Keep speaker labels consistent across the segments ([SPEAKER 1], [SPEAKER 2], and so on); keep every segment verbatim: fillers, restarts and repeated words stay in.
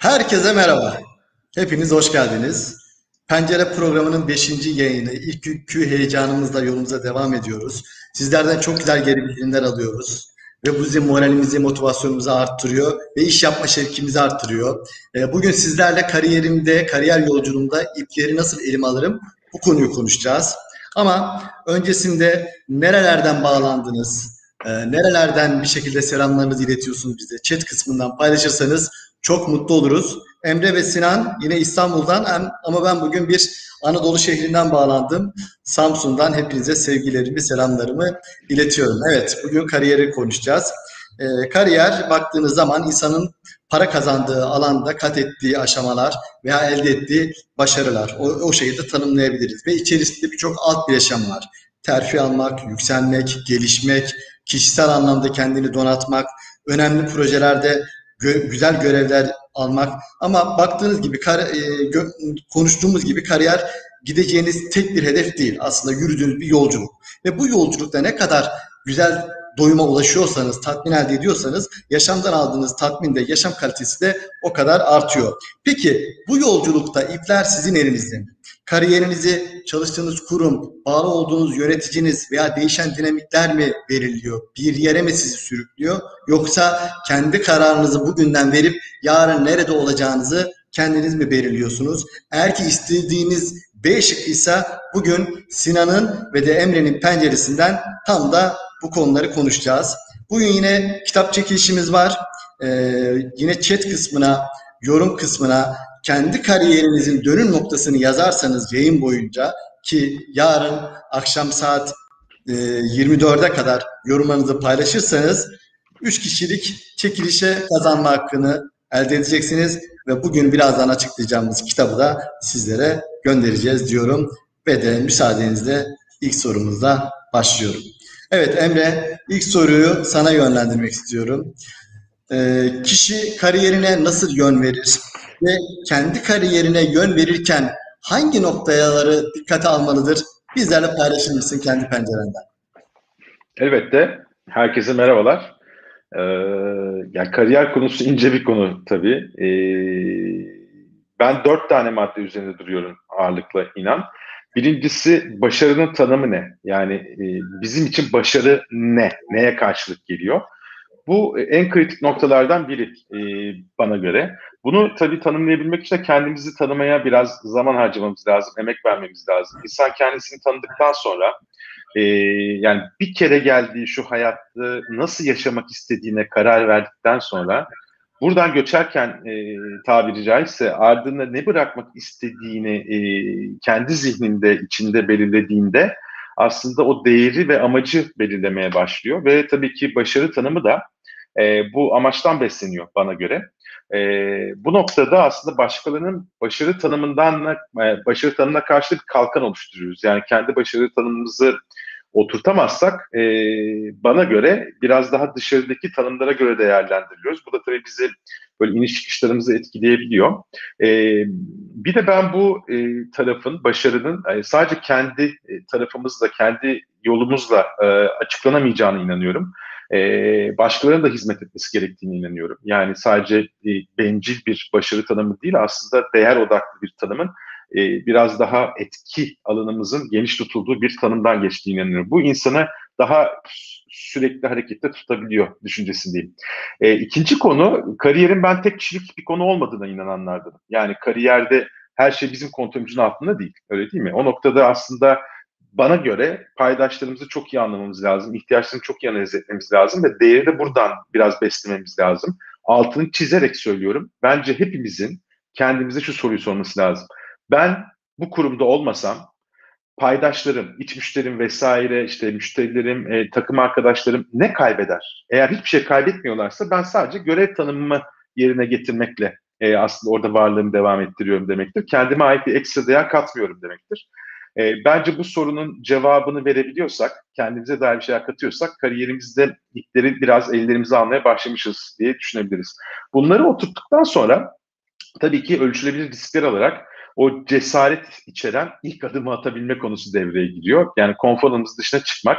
[SPEAKER 1] Herkese merhaba. Hepiniz hoş geldiniz. Pencere programının beşinci yayını, ilk günkü heyecanımızla yolumuza devam ediyoruz. Sizlerden çok güzel geri bildirimler alıyoruz. Ve bu bizim moralimizi, motivasyonumuzu arttırıyor ve iş yapma şevkimizi arttırıyor. Ee, Bugün sizlerle kariyerimde, kariyer yolculuğumda ipleri nasıl elime alırım bu konuyu konuşacağız. Ama öncesinde nerelerden bağlandınız, e, nerelerden bir şekilde selamlarınızı iletiyorsunuz bize? Chat kısmından paylaşırsanız çok mutlu oluruz. Emre ve Sinan yine İstanbul'dan ama ben bugün bir Anadolu şehrinden bağlandım. Samsun'dan hepinize sevgilerimi, selamlarımı iletiyorum. Evet, bugün kariyeri konuşacağız. Ee, kariyer baktığınız zaman insanın para kazandığı alanda kat ettiği aşamalar veya elde ettiği başarılar. O, o şekilde tanımlayabiliriz. Ve içerisinde birçok alt bileşen var. Terfi almak, yükselmek, gelişmek, kişisel anlamda kendini donatmak, önemli projelerde gö- güzel görevler almak. Ama baktığınız gibi kar- e, gö- konuştuğumuz gibi kariyer gideceğiniz tek bir hedef değil. Aslında yürüdüğünüz bir yolculuk. Ve bu yolculukta ne kadar güzel doyuma ulaşıyorsanız, tatmin elde ediyorsanız yaşamdan aldığınız tatmin de yaşam kalitesi de o kadar artıyor. Peki bu yolculukta ipler sizin elinizde mi? Kariyerinizi çalıştığınız kurum, bağlı olduğunuz yöneticiniz veya değişen dinamikler mi belirliyor? Bir yere mi sizi sürüklüyor? Yoksa kendi kararınızı bugünden verip yarın nerede olacağınızı kendiniz mi belirliyorsunuz? Eğer ki istediğiniz B şıkkıysa bugün Sinan'ın ve de Emre'nin penceresinden tam da bu konuları konuşacağız. Bugün yine kitap çekilişimiz var. Ee, yine chat kısmına, yorum kısmına kendi kariyerinizin dönüm noktasını yazarsanız yayın boyunca ki yarın akşam saat e, yirmi dörde kadar yorumlarınızı paylaşırsanız üç kişilik çekilişe kazanma hakkını elde edeceksiniz ve bugün birazdan açıklayacağımız kitabı da sizlere göndereceğiz diyorum ve de müsaadenizle ilk sorumuzla başlıyorum. Evet Emre, ilk soruyu sana yönlendirmek istiyorum. Ee, kişi kariyerine nasıl yön verir ve kendi kariyerine yön verirken hangi noktaları dikkate almalıdır? Bizlerle paylaşır mısın kendi pencerenden?
[SPEAKER 2] Elbette. Herkese merhabalar. Ee, yani kariyer konusu ince bir konu tabii. Ee, ben dört tane madde üzerinde duruyorum ağırlıkla inan. Birincisi başarının tanımı ne? Yani e, bizim için başarı ne? Neye karşılık geliyor? Bu en kritik noktalardan biri e, bana göre. Bunu tabii tanımlayabilmek için de kendimizi tanımaya biraz zaman harcamamız lazım, emek vermemiz lazım. İnsan kendisini tanıdıktan sonra e, yani bir kere geldiği şu hayatta nasıl yaşamak istediğine karar verdikten sonra buradan göçerken e, tabiri caizse ardında ne bırakmak istediğini e, kendi zihninde içinde belirlediğinde aslında o değeri ve amacı belirlemeye başlıyor ve tabii ki başarı tanımı da e, bu amaçtan besleniyor bana göre. E, bu noktada aslında başkalarının başarı tanımından e, başarı tanımına karşı bir kalkan oluşturuyoruz. Yani kendi başarı tanımımızı oturtamazsak e, bana göre biraz daha dışarıdaki tanımlara göre değerlendiriyoruz. Bu da tabii bizi böyle iniş çıkışlarımızı etkileyebiliyor. E, bir de ben bu e, tarafın, başarının e, sadece kendi e, tarafımızla, kendi yolumuzla e, açıklanamayacağına inanıyorum. E, başkalarına da hizmet etmesi gerektiğine inanıyorum. Yani sadece e, bencil bir başarı tanımı değil, aslında değer odaklı bir tanımın e, biraz daha etki alanımızın geniş tutulduğu bir tanımdan geçtiğine inanıyorum. Bu insanı daha sürekli harekette tutabiliyor düşüncesindeyim. E, ikinci konu, kariyerin ben tek kişilik bir konu olmadığına inananlardanım. Yani kariyerde her şey bizim kontrolümüzün altında değil, öyle değil mi? O noktada aslında bana göre paydaşlarımızı çok iyi anlamamız lazım, ihtiyaçlarını çok iyi analiz etmemiz lazım ve değeri de buradan biraz beslememiz lazım. Altını çizerek söylüyorum, bence hepimizin kendimize şu soruyu sorması lazım. Ben bu kurumda olmasam paydaşlarım, iç müşterim vesaire işte müşterilerim, e, takım arkadaşlarım ne kaybeder? Eğer hiçbir şey kaybetmiyorlarsa ben sadece görev tanımımı yerine getirmekle e, aslında orada varlığımı devam ettiriyorum demektir. Kendime ait bir ekstra değer katmıyorum demektir. E, bence bu sorunun cevabını verebiliyorsak, kendimize dair bir şeyler katıyorsak kariyerimizde ipleri biraz ellerimize almaya başlamışız diye düşünebiliriz. Bunları oturttuktan sonra tabii ki ölçülebilir riskler alarak o cesaret içeren ilk adımı atabilme konusu devreye giriyor. Yani konfor alanımız dışına çıkmak.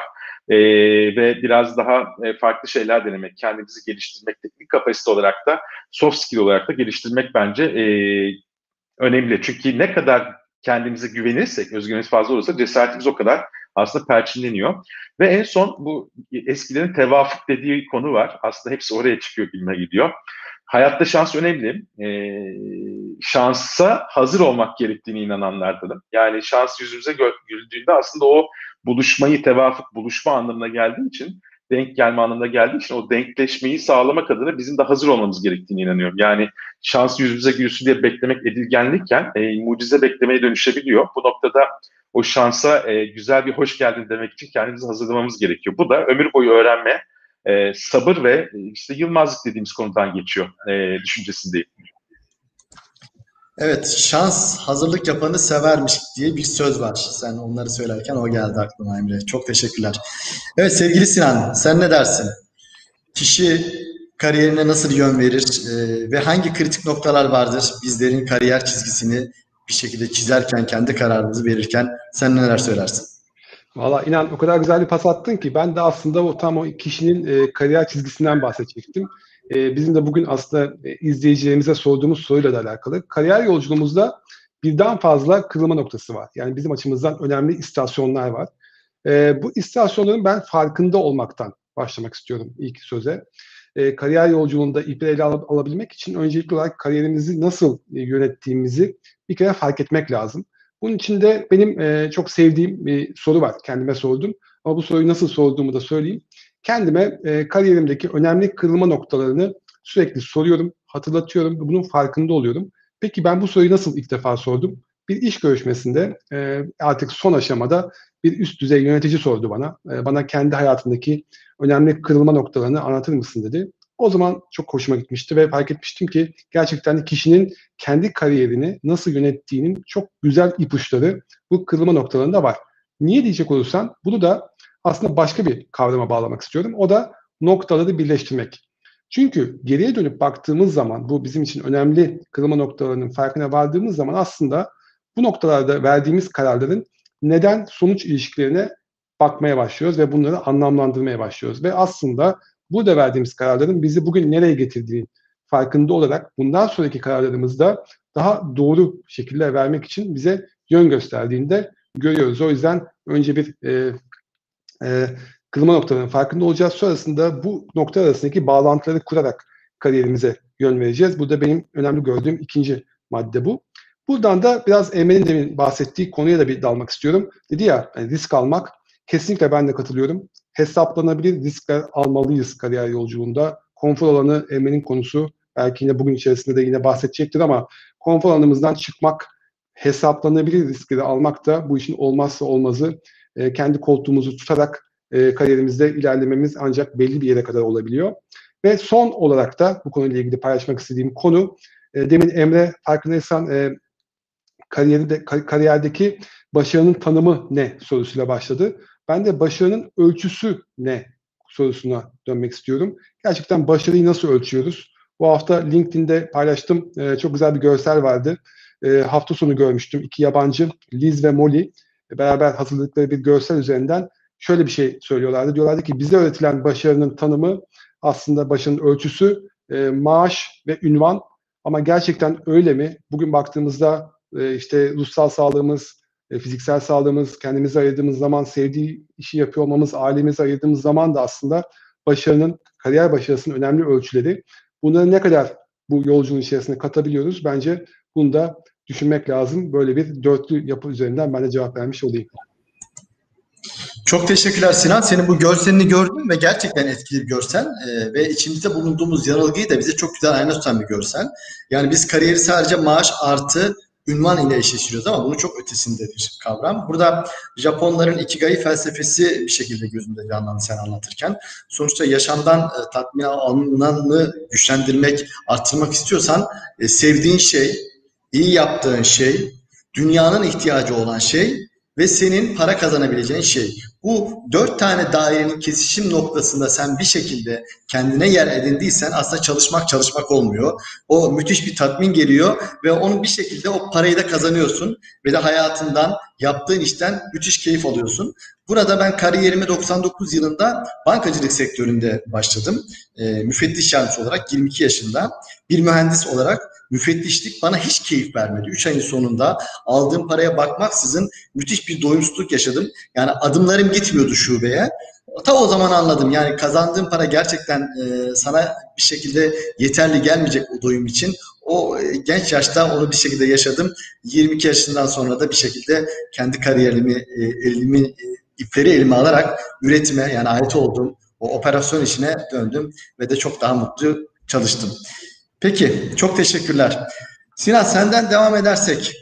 [SPEAKER 2] e, ve biraz daha e, farklı şeyler denemek, kendimizi geliştirmek, teknik kapasite olarak da, soft skill olarak da geliştirmek bence e, önemli. Çünkü ne kadar kendimize güvenirsek, özgüvenimiz fazla olursa cesaretimiz o kadar aslında perçinleniyor. Ve en son bu eskilerin tevafuk dediği konu var. Aslında hepsi oraya çıkıyor, bilime gidiyor. Hayatta şans önemli. Ee, şansa hazır olmak gerektiğine inananlardanım. Yani şans yüzümüze güldüğünde aslında o buluşmayı, tevafuk, buluşma anlamına geldiği için, denk gelme anlamına geldiği için o denkleşmeyi sağlamak adına bizim de hazır olmamız gerektiğine inanıyorum. Yani şans yüzümüze gülsün diye beklemek edilgenlikken e, mucize beklemeye dönüşebiliyor. Bu noktada o şansa e, güzel bir hoş geldin demek için kendimizi hazırlamamız gerekiyor. Bu da ömür boyu öğrenme, e, sabır ve e, işte yılmazlık dediğimiz konudan geçiyor e, düşüncesindeyim.
[SPEAKER 1] Evet, şans hazırlık yapanı severmiş diye bir söz var. Sen onları söylerken o geldi aklıma Emre. Çok teşekkürler. Evet sevgili Sinan, sen ne dersin? Kişi kariyerine nasıl yön verir e, ve hangi kritik noktalar vardır bizlerin kariyer çizgisini bir şekilde çizerken, kendi kararımızı verirken sen neler söylersin?
[SPEAKER 3] Valla inan o kadar güzel bir pas attın ki ben de aslında o tam o kişinin e, kariyer çizgisinden bahsedecektim. E, bizim de bugün aslında e, izleyicilerimize sorduğumuz soruyla da alakalı. Kariyer yolculuğumuzda birden fazla kırılma noktası var. Yani bizim açımızdan önemli istasyonlar var. E, bu istasyonların ben farkında olmaktan başlamak istiyorum ilk söze. E, kariyer yolculuğunda ipi ele al- alabilmek için öncelikli olarak kariyerimizi nasıl e, yönettiğimizi bir kere fark etmek lazım. Bunun için de benim e, çok sevdiğim bir soru var. Kendime sordum. Ama bu soruyu nasıl sorduğumu da söyleyeyim. Kendime e, kariyerimdeki önemli kırılma noktalarını sürekli soruyorum, hatırlatıyorum ve bunun farkında oluyorum. Peki ben bu soruyu nasıl ilk defa sordum? Bir iş görüşmesinde e, artık son aşamada bir üst düzey yönetici sordu bana. E, bana kendi hayatındaki önemli kırılma noktalarını anlatır mısın dedi. O zaman çok hoşuma gitmişti ve fark etmiştim ki gerçekten kişinin kendi kariyerini nasıl yönettiğinin çok güzel ipuçları bu kırılma noktalarında var. Niye diyecek olursan bunu da aslında başka bir kavrama bağlamak istiyorum. O da noktaları birleştirmek. Çünkü geriye dönüp baktığımız zaman bu bizim için önemli kırılma noktalarının farkına vardığımız zaman aslında bu noktalarda verdiğimiz kararların neden sonuç ilişkilerine bakmaya başlıyoruz ve bunları anlamlandırmaya başlıyoruz. Ve aslında burada verdiğimiz kararların bizi bugün nereye getirdiğini farkında olarak bundan sonraki kararlarımızda daha doğru şekilde vermek için bize yön gösterdiğini de görüyoruz. O yüzden önce bir e, e, kırılma noktalarının farkında olacağız. Sonrasında bu nokta arasındaki bağlantıları kurarak kariyerimize yön vereceğiz. Bu da benim önemli gördüğüm ikinci madde bu. Buradan da biraz Emre'nin demin bahsettiği konuya da bir dalmak istiyorum. Dedi ya yani risk almak. Kesinlikle ben de katılıyorum. Hesaplanabilir riskler almalıyız kariyer yolculuğunda. Konfor alanı Emre'nin konusu. Belki yine bugün içerisinde de yine bahsedecektir ama konfor alanımızdan çıkmak, hesaplanabilir riskleri almak da bu işin olmazsa olmazı. E, kendi koltuğumuzu tutarak e, kariyerimizde ilerlememiz ancak belli bir yere kadar olabiliyor. Ve son olarak da bu konuyla ilgili paylaşmak istediğim konu, e, demin Emre farkındaysan e, kariyerde, kariyerdeki başarının tanımı ne sorusuyla başladı. Ben de başarının ölçüsü ne sorusuna dönmek istiyorum. Gerçekten başarıyı nasıl ölçüyoruz? Bu hafta LinkedIn'de paylaştım. E, çok güzel bir görsel vardı. E, hafta sonu görmüştüm. İki yabancı, Liz ve Molly, beraber hazırladıkları bir görsel üzerinden şöyle bir şey söylüyorlardı. Diyorlardı ki bize öğretilen başarının tanımı aslında başarının ölçüsü e, maaş ve ünvan. Ama gerçekten öyle mi? Bugün baktığımızda e, işte ruhsal sağlığımız, e, fiziksel sağlığımız, kendimize ayırdığımız zaman, sevdiği işi yapıyor olmamız, ailemize ayırdığımız zaman da aslında başarının, kariyer başarısının önemli ölçüleri. Bunları ne kadar bu yolculuğun içerisine katabiliyoruz? Bence bunu da düşünmek lazım. Böyle bir dörtlü yapı üzerinden ben de cevap vermiş olayım.
[SPEAKER 1] Çok teşekkürler Sinan. Senin bu görselini gördüm ve gerçekten etkili bir görsel ee, ve içimizde bulunduğumuz yanılgıyı da bize çok güzel ayna tutan bir görsel. Yani biz kariyeri sadece maaş artı ünvan ile eşleştiriyoruz ama bunun çok ötesinde bir kavram. Burada Japonların Ikigai felsefesi bir şekilde gözümde canlandı sen anlatırken. Sonuçta yaşamdan e, tatmin alanını güçlendirmek, arttırmak istiyorsan e, sevdiğin şey, iyi yaptığın şey, dünyanın ihtiyacı olan şey ve senin para kazanabileceğin şey. Bu dört tane dairenin kesişim noktasında sen bir şekilde kendine yer edindiysen aslında çalışmak çalışmak olmuyor. O müthiş bir tatmin geliyor ve onu bir şekilde o parayı da kazanıyorsun ve de hayatından, yaptığın işten müthiş keyif alıyorsun. Burada ben kariyerimi doksan dokuz yılında bankacılık sektöründe başladım. E, müfettiş yardımcısı olarak yirmi iki yaşında. Bir mühendis olarak müfettişlik bana hiç keyif vermedi. üç ayın sonunda aldığım paraya bakmaksızın müthiş bir doyumsuzluk yaşadım. Yani adımlarım gitmiyordu şubeye. Ta o zaman anladım. Yani kazandığım para gerçekten e, sana bir şekilde yeterli gelmeyecek o doyum için. O e, genç yaşta onu bir şekilde yaşadım. yirmi iki yaşından sonra da bir şekilde kendi kariyerimi, e, elimi, e, ipleri elime alarak üretime, yani ait olduğum o operasyon işine döndüm ve de çok daha mutlu çalıştım. Peki, çok teşekkürler. Sinan, senden devam edersek,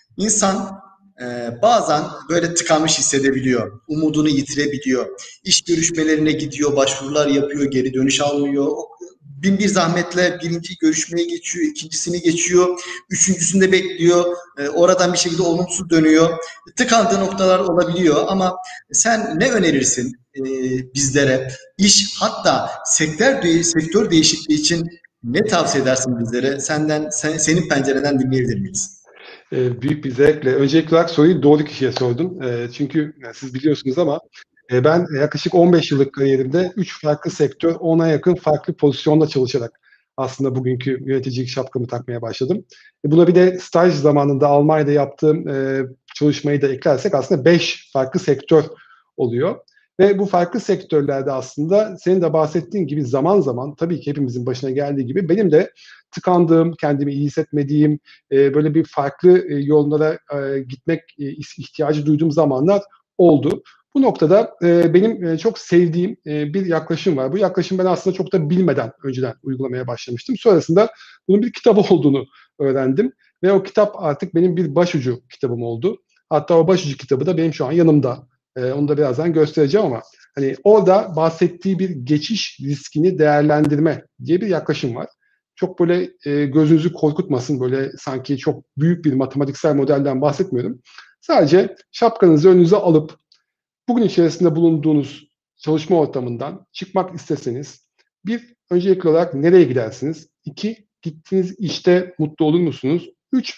[SPEAKER 1] insan e, bazen böyle tıkanmış hissedebiliyor, umudunu yitirebiliyor, iş görüşmelerine gidiyor, başvurular yapıyor, geri dönüş almıyor. Bin bir zahmetle birinci görüşmeye geçiyor, ikincisini geçiyor, üçüncüsünde bekliyor, e, oradan bir şekilde olumsuz dönüyor. Tıkandığı noktalar olabiliyor ama sen ne önerirsin e, bizlere? İş, hatta sektör, de sektör değişikliği için ne tavsiye edersin bizlere? Senden, sen, senin pencereden dinleyebilir miyiz?
[SPEAKER 3] E, büyük bir zevkle. Öncelikli olarak soruyu doğru kişiye sordum. E, çünkü yani siz biliyorsunuz ama e, ben yaklaşık on beş yıllık kariyerimde üç farklı sektör, ona yakın farklı pozisyonda çalışarak aslında bugünkü yöneticilik şapkamı takmaya başladım. E, buna bir de staj zamanında Almanya'da yaptığım e, çalışmayı da eklersek aslında beş farklı sektör oluyor. Ve bu farklı sektörlerde aslında senin de bahsettiğin gibi zaman zaman, tabii ki hepimizin başına geldiği gibi, benim de tıkandığım, kendimi iyi hissetmediğim, e, böyle bir farklı e, yollara e, gitmek e, ihtiyacı duyduğum zamanlar oldu. Bu noktada e, benim e, çok sevdiğim e, bir yaklaşım var. Bu yaklaşım ben aslında çok da bilmeden önceden uygulamaya başlamıştım. Sonrasında bunun bir kitabı olduğunu öğrendim ve o kitap artık benim bir başucu kitabım oldu. Hatta o başucu kitabı da benim şu an yanımda. E, onu da birazdan göstereceğim ama hani orada bahsettiği bir geçiş riskini değerlendirme diye bir yaklaşım var. Çok böyle e, gözünüzü korkutmasın, böyle sanki çok büyük bir matematiksel modelden bahsetmiyorum. Sadece şapkanızı önünüze alıp bugün içerisinde bulunduğunuz çalışma ortamından çıkmak isteseniz, bir, öncelikli olarak nereye gidersiniz? İki, gittiğiniz işte mutlu olur musunuz? Üç,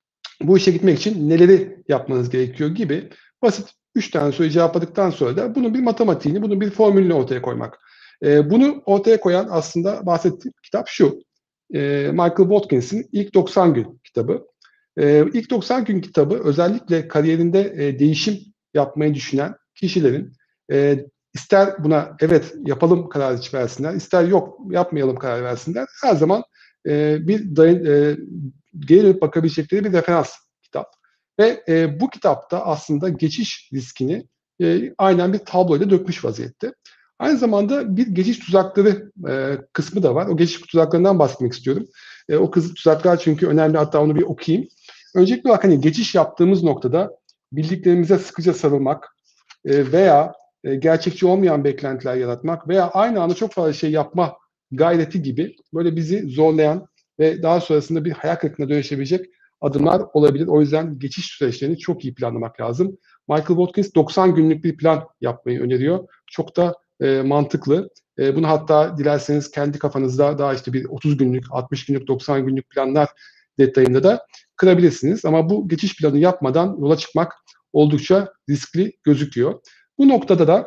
[SPEAKER 3] bu işe gitmek için neleri yapmanız gerekiyor gibi basit üç tane soruyu cevapladıktan sonra da bunun bir matematiğini, bunun bir formülünü ortaya koymak. E, bunu ortaya koyan aslında bahsettiğim kitap şu. E, Michael Watkins'in İlk doksan Gün kitabı. E, İlk doksan Gün kitabı özellikle kariyerinde e, değişim yapmayı düşünen kişilerin e, ister buna evet yapalım kararı versinler, ister yok yapmayalım karar versinler. Her zaman e, bir dayın, e, geri dönüp bakabilecekleri bir referans kitap. Ve e, bu kitapta aslında geçiş riskini e, aynen bir tabloyla dökmüş vaziyette. Aynı zamanda bir geçiş tuzakları e, kısmı da var. O geçiş tuzaklarından bahsetmek istiyorum. E, o kız tuzaklar çünkü önemli, hatta onu bir okuyayım. Öncelikle olarak hani geçiş yaptığımız noktada bildiklerimize sıkıca sarılmak e, veya e, gerçekçi olmayan beklentiler yaratmak veya aynı anda çok fazla şey yapma gayreti gibi böyle bizi zorlayan ve daha sonrasında bir hayal kırıklığına dönüşebilecek adımlar olabilir. O yüzden geçiş süreçlerini çok iyi planlamak lazım. Michael Watkins doksan günlük bir plan yapmayı öneriyor. Çok da e, mantıklı. E, bunu hatta dilerseniz kendi kafanızda daha işte bir otuz günlük, altmış günlük, doksan günlük planlar detayında da kırabilirsiniz. Ama bu geçiş planı yapmadan yola çıkmak oldukça riskli gözüküyor. Bu noktada da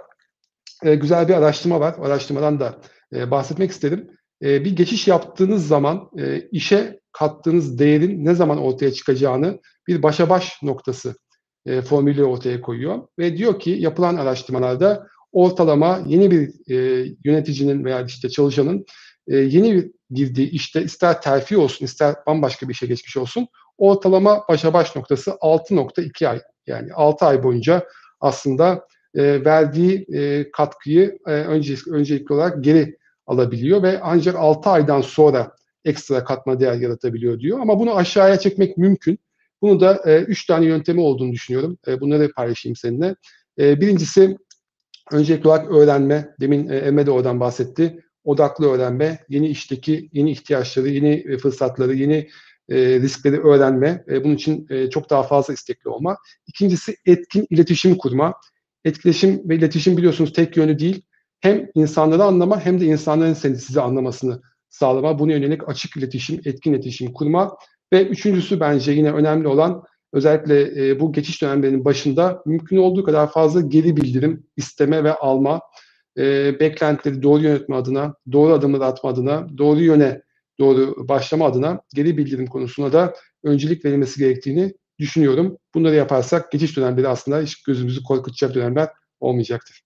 [SPEAKER 3] e, güzel bir araştırma var. O araştırmadan da e, bahsetmek isterim. E, bir geçiş yaptığınız zaman e, işe kattığınız değerin ne zaman ortaya çıkacağını bir başa baş noktası e, formülü ortaya koyuyor. Ve diyor ki yapılan araştırmalarda ortalama yeni bir e, yöneticinin veya işte çalışanın e, yeni bir girdiği işte ister terfi olsun ister bambaşka bir işe geçmiş olsun ortalama başa baş noktası altı nokta iki ay. Yani altı ay boyunca aslında e, verdiği e, katkıyı e, öncelikli, öncelikli olarak geri alabiliyor ve ancak altı aydan sonra ekstra katma değer yaratabiliyor diyor. Ama bunu aşağıya çekmek mümkün. Bunu da e, üç tane yöntemi olduğunu düşünüyorum. E, bunları paylaşayım seninle. E, birincisi öncelikli olarak öğrenme. Demin e, Emre de oradan bahsetti. Odaklı öğrenme, yeni işteki yeni ihtiyaçları, yeni fırsatları, yeni e, riskleri öğrenme. E, bunun için e, çok daha fazla istekli olma. İkincisi etkin iletişim kurma. Etkileşim ve iletişim biliyorsunuz tek yönlü değil. Hem insanları anlama hem de insanların seni, sizi anlamasını sağlama. Buna yönelik açık iletişim, etkin iletişim kurma. Ve üçüncüsü bence yine önemli olan özellikle e, bu geçiş dönemlerinin başında mümkün olduğu kadar fazla geri bildirim isteme ve alma, e, beklentileri doğru yönetme adına, doğru adımları atma adına, doğru yöne doğru başlama adına geri bildirim konusuna da öncelik verilmesi gerektiğini düşünüyorum. Bunları yaparsak geçiş dönemleri aslında hiç gözümüzü korkutacak dönemler olmayacaktır.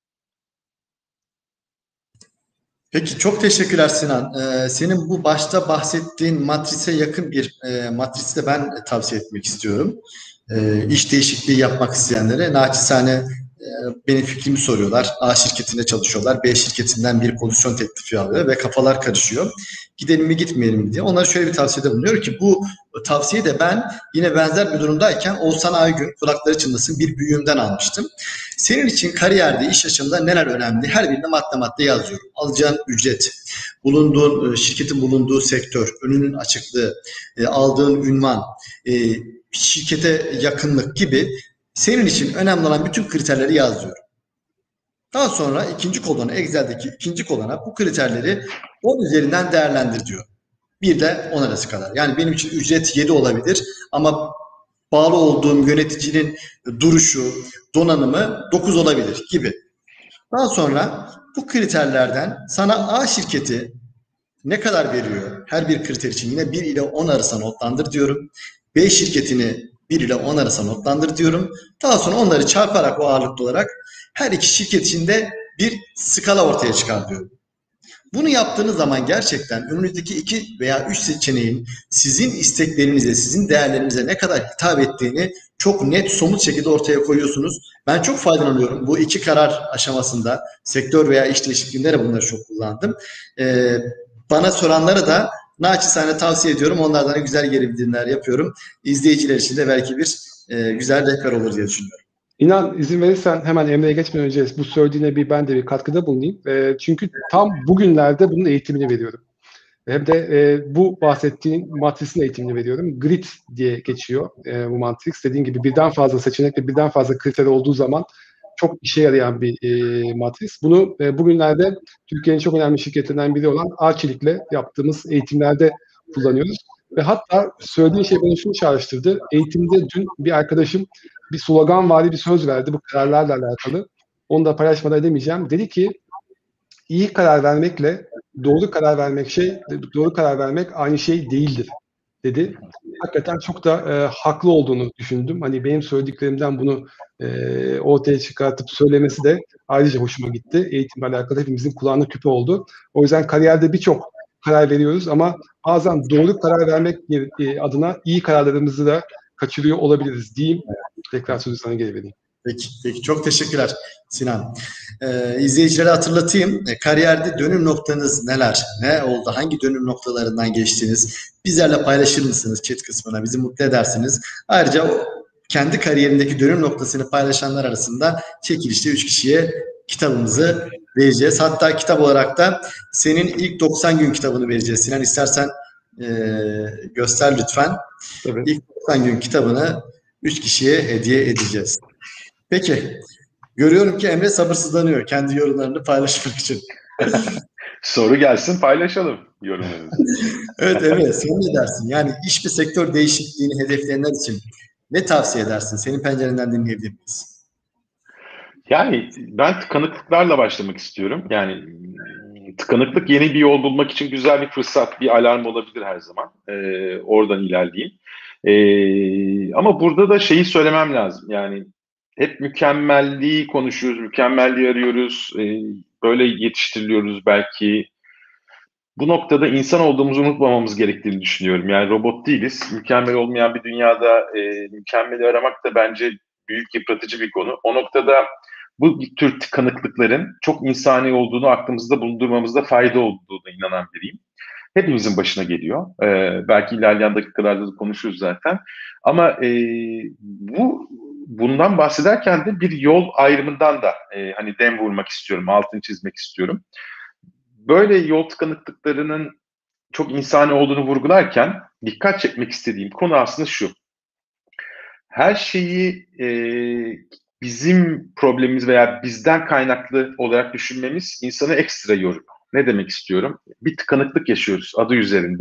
[SPEAKER 1] Peki çok teşekkürler Sinan. Ee, senin bu başta bahsettiğin matrise yakın bir e, matrisi de ben tavsiye etmek istiyorum. Ee, iş değişikliği yapmak isteyenlere naçizane e, benim fikrimi soruyorlar. A şirketinde çalışıyorlar. B şirketinden bir pozisyon teklifi alıyor ve kafalar karışıyor. Gidelim mi gitmeyelim mi diye. Onlara şöyle bir tavsiyede bulunuyor ki bu tavsiyeyi de ben yine benzer bir durumdayken Oğuzhan Aygün kulakları çınlasın bir büyüğümden almıştım. Senin için kariyerde, iş yaşamında neler önemli? Her birine madde madde yazıyorum. Alacağın ücret, bulunduğun şirketin bulunduğu sektör, önünün açıklığı, aldığın ünvan, şirkete yakınlık gibi senin için önemli olan bütün kriterleri yazıyorum. Daha sonra ikinci kolona, Excel'deki ikinci kolona bu kriterleri on üzerinden değerlendir diyor. bir ile on arası kadar. Yani benim için ücret yedi olabilir ama bağlı olduğum yöneticinin duruşu, donanımı dokuz olabilir gibi. Daha sonra bu kriterlerden sana A şirketi ne kadar veriyor? Her bir kriter için yine bir ile on arasında notlandır diyorum. B şirketini bir ile on arasında notlandır diyorum. Daha sonra onları çarparak o ağırlıklı olarak her iki şirket içinde bir skala ortaya çıkar diyorum. Bunu yaptığınız zaman gerçekten önünüzdeki iki veya üç seçeneğin sizin isteklerinize, sizin değerlerinize ne kadar hitap ettiğini çok net, somut şekilde ortaya koyuyorsunuz. Ben çok faydalanıyorum. Bu iki karar aşamasında sektör veya iş değişikliğinde de bunları çok kullandım. Ee, bana soranlara da naçizane tavsiye ediyorum. Onlardan da güzel geri bildirimler yapıyorum. İzleyiciler için de belki bir e, güzel rehber olur diye düşünüyorum.
[SPEAKER 3] İnan izin verirsen hemen Emre'ye geçmeden önce bu söylediğine bir ben de bir katkıda bulunayım. E, çünkü tam bugünlerde bunun eğitimini veriyorum. Hem de e, bu bahsettiğin matrisin eğitimini veriyorum. Grid diye geçiyor e, bu matris. Dediğin gibi birden fazla seçenek ve birden fazla kriter olduğu zaman çok işe yarayan bir e, matris. Bunu e, bugünlerde Türkiye'nin çok önemli şirketlerinden biri olan Arçelik'le yaptığımız eğitimlerde kullanıyoruz. Ve hatta söylediğin şey beni şunu çağrıştırdı. Eğitimde dün bir arkadaşım bir sloganvari bir söz verdi bu kararlarla alakalı. Onu da paylaşmadan edemeyeceğim. Dedi ki iyi karar vermekle doğru karar vermek şey doğru karar vermek aynı şey değildir dedi. Hakikaten çok da e, haklı olduğunu düşündüm. Hani benim söylediklerimden bunu e, ortaya çıkartıp söylemesi de ayrıca hoşuma gitti. Eğitimle alakalı hepimizin kulağına küpe oldu. O yüzden kariyerde birçok karar veriyoruz ama bazen doğru karar vermek adına iyi kararlarımızı da kaçırıyor olabiliriz diyeyim. Tekrar sözü sana geri vereyim.
[SPEAKER 1] Peki, peki. Çok teşekkürler Sinan. Ee, izleyicilere hatırlatayım. E, kariyerde dönüm noktanız neler? Ne oldu? Hangi dönüm noktalarından geçtiniz? Bizlerle paylaşır mısınız chat kısmına? Bizi mutlu edersiniz. Ayrıca o kendi kariyerindeki dönüm noktasını paylaşanlar arasında çekilişte üç kişiye kitabımızı vereceğiz. Hatta kitap olarak da senin ilk doksan gün kitabını vereceğiz. Sinan istersen e, göster lütfen.
[SPEAKER 3] Tabii.
[SPEAKER 1] İlk doksan gün kitabını üç kişiye hediye edeceğiz. Peki. Görüyorum ki Emre sabırsızlanıyor kendi yorumlarını paylaşmak için.
[SPEAKER 2] Soru gelsin paylaşalım yorumlarınızı.
[SPEAKER 1] Evet Emre sen ne dersin? Yani iş ve sektör değişikliğini hedefleyenler için ne tavsiye edersin? Senin pencerenden dinleyebilir miyiz?
[SPEAKER 2] Yani ben tıkanıklıklarla başlamak istiyorum. Yani tıkanıklık yeni bir yol bulmak için güzel bir fırsat, bir alarm olabilir her zaman. Ee, oradan ilerleyeyim. Ee, ama burada da şeyi söylemem lazım. Yani hep mükemmelliği konuşuyoruz, mükemmelliği arıyoruz. Ee, böyle yetiştiriliyoruz belki. Bu noktada insan olduğumuzu unutmamamız gerektiğini düşünüyorum. Yani robot değiliz. Mükemmel olmayan bir dünyada e, mükemmeli aramak da bence büyük yıpratıcı bir konu. O noktada bu tür tıkanıklıkların çok insani olduğunu aklımızda bulundurmamızda fayda olduğuna inanan biriyim. Hepimizin başına geliyor. Ee, belki ilerleyen dakikalarda da konuşuruz zaten. Ama e, bu bundan bahsederken de bir yol ayrımından da e, hani dem vurmak istiyorum, altını çizmek istiyorum. Böyle yol tıkanıklıklarının çok insani olduğunu vurgularken dikkat çekmek istediğim konu aslında şu. Her şeyi e, bizim problemimiz veya bizden kaynaklı olarak düşünmemiz insanı ekstra yoruyor. Ne demek istiyorum? Bir tıkanıklık yaşıyoruz adı üzerinde.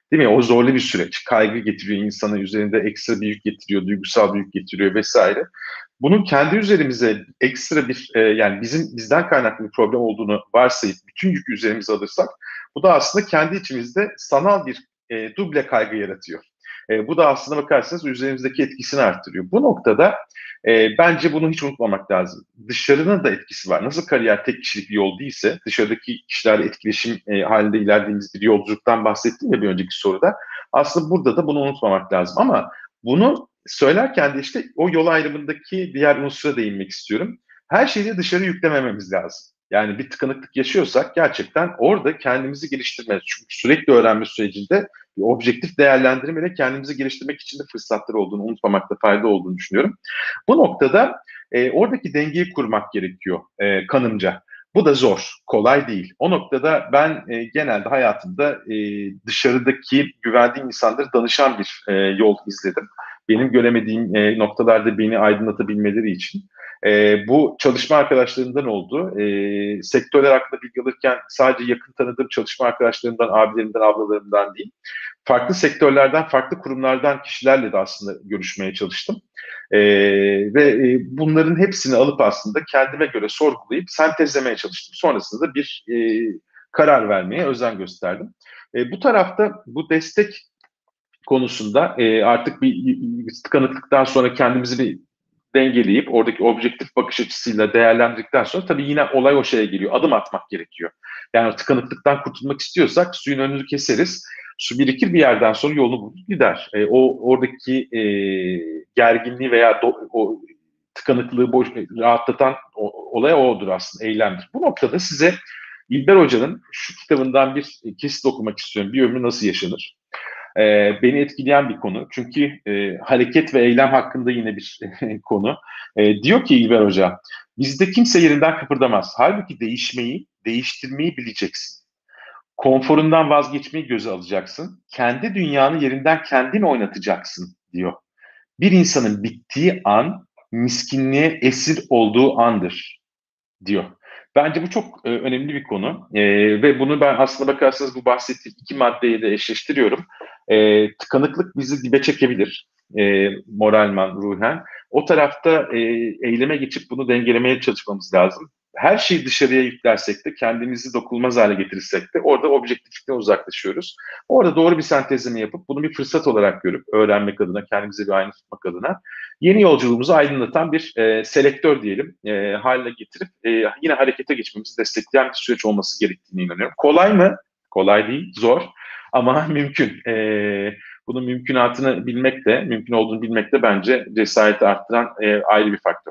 [SPEAKER 2] Değil mi? O zorlu bir süreç. Kaygı getiriyor insana, üzerinde ekstra bir yük getiriyor, duygusal bir yük getiriyor vesaire. Bunun kendi üzerimize ekstra bir e, yani bizim bizden kaynaklı bir problem olduğunu varsayıp bütün yükü üzerimize alırsak bu da aslında kendi içimizde sanal bir e, duble kaygı yaratıyor. E, bu da aslında bakarsanız üzerimizdeki etkisini arttırıyor. Bu noktada e, bence bunu hiç unutmamak lazım. Dışarının da etkisi var. Nasıl kariyer tek kişilik bir yol değilse, dışarıdaki kişilerle etkileşim e, halinde ilerlediğimiz bir yolculuktan bahsettim ya bir önceki soruda. Aslında burada da bunu unutmamak lazım. Ama bunu söylerken de işte o yol ayrımındaki diğer unsura değinmek istiyorum. Her şeyi de dışarı yüklemememiz lazım. Yani bir tıkanıklık yaşıyorsak gerçekten orada kendimizi geliştirmemiz. Çünkü sürekli öğrenme sürecinde bir objektif değerlendirmeyle kendimizi geliştirmek için de fırsatlar olduğunu unutmamakta fayda olduğunu düşünüyorum. Bu noktada e, oradaki dengeyi kurmak gerekiyor e, kanımca. Bu da zor, kolay değil. O noktada ben e, genelde hayatımda e, dışarıdaki güvendiğim insanlara danışan bir e, yol izledim. Benim göremediğim e, noktalarda beni aydınlatabilmeleri için. E, bu çalışma arkadaşlarımdan oldu. E, sektörler hakkında bilgi alırken sadece yakın tanıdığım çalışma arkadaşlarımdan, abilerimden, ablalarımdan değil, farklı sektörlerden, farklı kurumlardan kişilerle de aslında görüşmeye çalıştım. E, ve e, bunların hepsini alıp aslında kendime göre sorgulayıp sentezlemeye çalıştım. Sonrasında bir e, karar vermeye özen gösterdim. E, bu tarafta bu destek konusunda e, artık bir, bir tıkanıklıktan sonra kendimizi bir dengeleyip oradaki objektif bakış açısıyla değerlendirdikten sonra tabii yine olay o şeye geliyor. Adım atmak gerekiyor. Yani tıkanıklıktan kurtulmak istiyorsak suyun önünü keseriz. Su birikir bir yerden sonra yolunu bulur gider. E, o oradaki e, gerginliği veya do, o tıkanıklığı boş, rahatlatan o, olay odur aslında, eylemdir. Bu noktada size İlber Hoca'nın şu kitabından bir kesit okumak istiyorum. Bir ömrü nasıl yaşanır? E, beni etkileyen bir konu. Çünkü e, hareket ve eylem hakkında yine bir konu. E, diyor ki İlber Hoca, bizde kimse yerinden kıpırdamaz. Halbuki değişmeyi, değiştirmeyi bileceksin. Konforundan vazgeçmeyi göze alacaksın. Kendi dünyanı yerinden kendin oynatacaksın diyor. Bir insanın bittiği an miskinliğe esir olduğu andır diyor. Bence bu çok e, önemli bir konu e, ve bunu ben aslında bakarsanız bu bahsettiğim iki maddeyi de eşleştiriyorum. E, tıkanıklık bizi dibe çekebilir e, moralman, ruhen. O tarafta e, eyleme geçip bunu dengelemeye çalışmamız lazım. Her şeyi dışarıya yüklersek de kendimizi dokunulmaz hale getirirsek de orada objektiflikten uzaklaşıyoruz. Orada doğru bir sentezleme yapıp bunu bir fırsat olarak görüp öğrenmek adına, kendimize bir ayna tutmak adına yeni yolculuğumuzu aydınlatan bir e, selektör diyelim e, haline getirip e, yine harekete geçmemizi destekleyen bir süreç olması gerektiğine inanıyorum. Kolay mı? Kolay değil, zor ama mümkün. E, bunun mümkünatını bilmek de, mümkün olduğunu bilmek de bence cesareti arttıran e, ayrı bir faktör.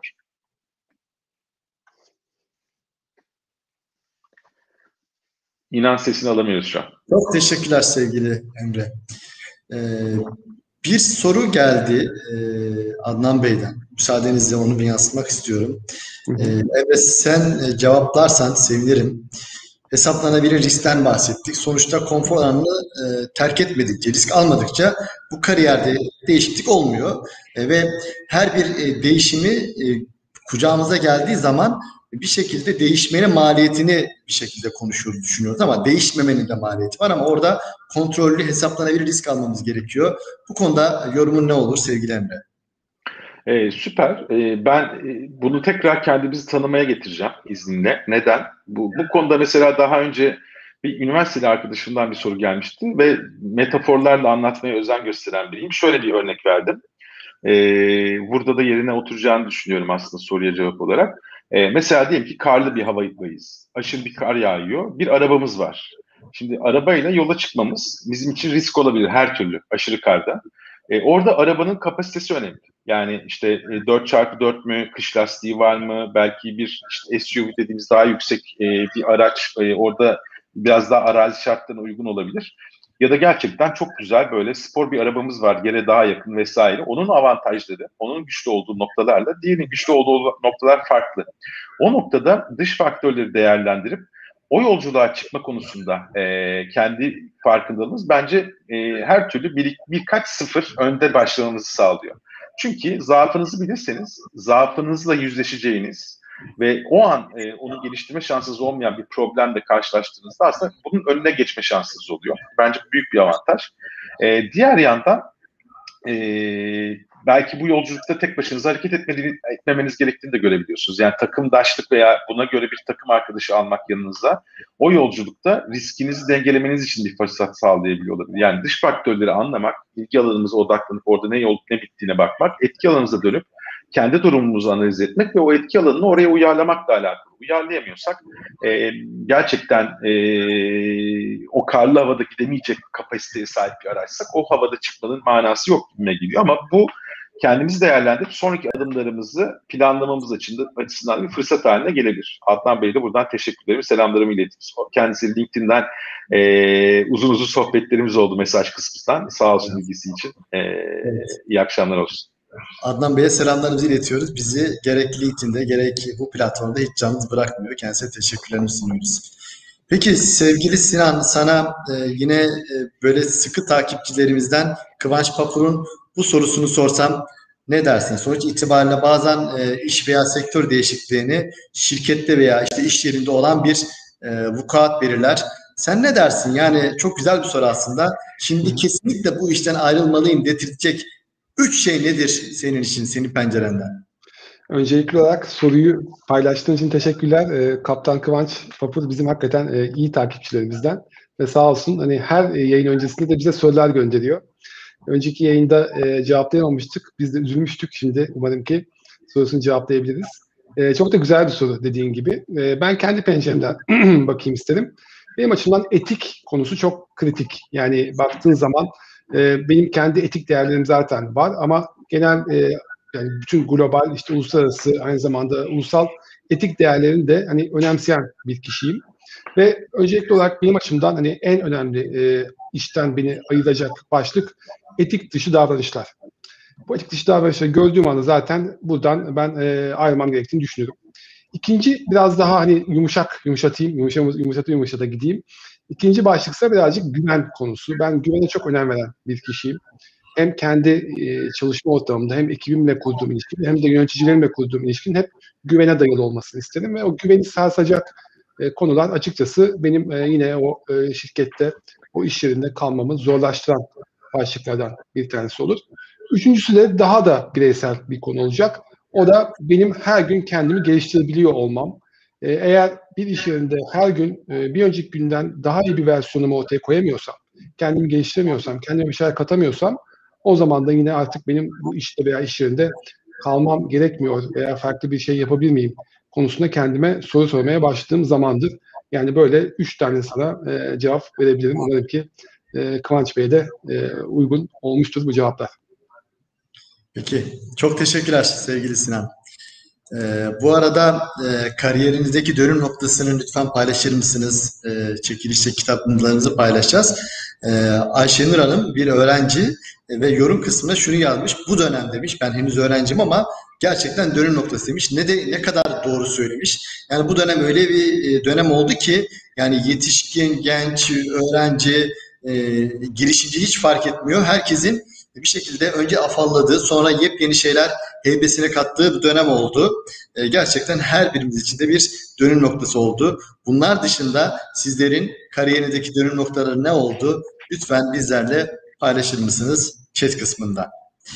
[SPEAKER 2] İnan sesini alamıyoruz şu an.
[SPEAKER 1] Çok teşekkürler sevgili Emre. Ee, bir soru geldi e, Adnan Bey'den. Müsaadenizle onu bir yansıtmak istiyorum. Ee, Emre sen e, cevaplarsan sevinirim. Hesaplanabilir riskten bahsettik. Sonuçta konfor alanını e, terk etmedikçe, risk almadıkça bu kariyerde değişiklik olmuyor. E, ve her bir e, değişimi e, kucağımıza geldiği zaman bir şekilde değişmenin maliyetini bir şekilde konuşuyoruz, düşünüyoruz ama değişmemenin de maliyeti var ama orada kontrollü, hesaplanabilir risk almamız gerekiyor. Bu konuda yorumun ne olur sevgili Emre?
[SPEAKER 2] Ee, süper. Ee, ben e, bunu tekrar kendimizi tanımaya getireceğim izninle. Neden? Bu, bu konuda mesela daha önce bir üniversiteli arkadaşımdan bir soru gelmişti ve metaforlarla anlatmaya özen gösteren biriyim. Şöyle bir örnek verdim. Ee, burada da yerine oturacağını düşünüyorum aslında soruya cevap olarak. Ee, mesela diyelim ki karlı bir havadayız. Aşırı bir kar yağıyor. Bir arabamız var. Şimdi arabayla yola çıkmamız bizim için risk olabilir her türlü aşırı karda. Ee, orada arabanın kapasitesi önemli. Yani işte e, dört çarpı dört mü, kış lastiği var mı, belki bir işte S U V dediğimiz daha yüksek e, bir araç e, orada biraz daha arazi şartlarına uygun olabilir. Ya da gerçekten çok güzel böyle spor bir arabamız var, yere daha yakın vesaire. Onun avantajları, onun güçlü olduğu noktalarla diğerinin güçlü olduğu noktalar farklı. O noktada dış faktörleri değerlendirip o yolculuğa çıkma konusunda e, kendi farkındalığımız bence e, her türlü bir, birkaç sıfır önde başlamamızı sağlıyor. Çünkü zaafınızı bilirseniz zaafınızla yüzleşeceğiniz, ve o an e, onu geliştirme şansınız olmayan bir problemle karşılaştığınızda aslında bunun önüne geçme şansınız oluyor. Bence büyük bir avantaj. E, diğer yandan e, belki bu yolculukta tek başınıza hareket etmediğini, etmemeniz gerektiğini de görebiliyorsunuz. Yani takımdaşlık veya buna göre bir takım arkadaşı almak yanınızda o yolculukta riskinizi dengelemeniz için bir fırsat sağlayabiliyor olabilir. Yani dış faktörleri anlamak, ilgi alanımıza odaklanıp orada ne olup ne bittiğine bakmak, etki alanımıza dönüp kendi durumumuzu analiz etmek ve o etki alanını oraya uyarlamakla alakalı. Uyarlayamıyorsak e, gerçekten e, o karlı havada gidemeyecek kapasiteye sahip bir araçsak o havada çıkmanın manası yok gibime geliyor. Ama bu kendimizi değerlendirip sonraki adımlarımızı planlamamız açısından bir fırsat haline gelebilir. Adnan Bey'e de buradan teşekkürlerimi, selamlarımı iletirim. Kendisi LinkedIn'den e, uzun uzun sohbetlerimiz oldu mesaj kısmından. Sağ olsun ilgisi için. E, evet. İyi akşamlar olsun.
[SPEAKER 1] Adnan Bey'e selamlarımızı iletiyoruz. Bizi gerek LinkedIn'de gerek bu platformda hiç yalnız bırakmıyor. Kendisine teşekkürlerimi sunuyoruz. Peki sevgili Sinan, sana e, yine e, böyle sıkı takipçilerimizden Kıvanç Papur'un bu sorusunu sorsam ne dersin? Sonuç itibariyle bazen e, iş veya sektör değişikliğini şirkette veya işte iş yerinde olan bir e, vukuat verirler. Sen ne dersin? Yani çok güzel bir soru aslında. Şimdi kesinlikle bu işten ayrılmalıyım dedirtecek üç şey nedir senin için, senin pencerenden?
[SPEAKER 3] Öncelikli olarak soruyu paylaştığın için teşekkürler. E, Kaptan Kıvanç Papur bizim hakikaten e, iyi takipçilerimizden ve sağ olsun hani her e, yayın öncesinde de bize sorular gönderiyor. Önceki yayında e, cevaplayamamıştık. Biz de üzülmüştük. Şimdi umarım ki sorusunu cevaplayabiliriz. E, çok da güzel bir soru dediğin gibi. E, ben kendi penceremden bakayım isterim. Benim açımdan etik konusu çok kritik. Yani baktığın zaman e, benim kendi etik değerlerim zaten var ama genel e, yani bütün global işte uluslararası aynı zamanda ulusal etik değerlerini de hani önemseyen bir kişiyim. Ve öncelikli olarak benim açımdan hani en önemli e, işten beni ayıracak başlık etik dışı davranışlar. Bu etik dışı davranışları gördüğüm anda zaten buradan ben e, ayrılmam gerektiğini düşünüyorum. İkinci biraz daha hani yumuşak, yumuşatayım, yumuşata yumuşata yumuşata gideyim. İkinci başlıksa birazcık güven konusu. Ben güvene çok önem veren bir kişiyim. Hem kendi e, çalışma ortamımda hem ekibimle kurduğum ilişkin hem de yöneticilerimle kurduğum ilişkin hep güvene dayalı olmasını isterim ve o güveni sarsacak e, konular açıkçası benim e, yine o e, şirkette, o iş yerinde kalmamı zorlaştıran başlıklardan bir tanesi olur. Üçüncüsü de daha da bireysel bir konu olacak. O da benim her gün kendimi geliştirebiliyor olmam. E, eğer bir iş yerinde her gün e, bir önceki günden daha iyi bir versiyonumu ortaya koyamıyorsam, kendimi geliştiremiyorsam, kendime bir şeyler katamıyorsam o zaman da yine artık benim bu işte veya iş yerinde kalmam gerekmiyor veya farklı bir şey yapabilir miyim konusunda kendime soru sormaya başladığım zamandır. Yani böyle üç tane sana e, cevap verebilirim. Umarım ki e, Kıvanç Bey'e de e, uygun olmuştur bu cevaplar.
[SPEAKER 1] Peki. Çok teşekkürler sevgili Sinan. Ee, bu arada e, kariyerinizdeki dönüm noktasını lütfen paylaşır mısınız? E, çekilişte kitaplarınızı paylaşacağız. E, Ayşenur Hanım bir öğrenci e, ve yorum kısmına şunu yazmış. Bu dönem demiş. Ben henüz öğrencim ama gerçekten dönüm noktası demiş. Ne de ne kadar doğru söylemiş. Yani bu dönem öyle bir dönem oldu ki yani yetişkin, genç, öğrenci, e, girişimci hiç fark etmiyor. Herkesin bir şekilde önce afalladığı, sonra yepyeni şeyler heybesine kattığı bir dönem oldu. E, gerçekten her birimiz için de bir dönüm noktası oldu. Bunlar dışında sizlerin kariyerinizdeki dönüm noktaları ne oldu? Lütfen bizlerle paylaşır mısınız chat kısmında?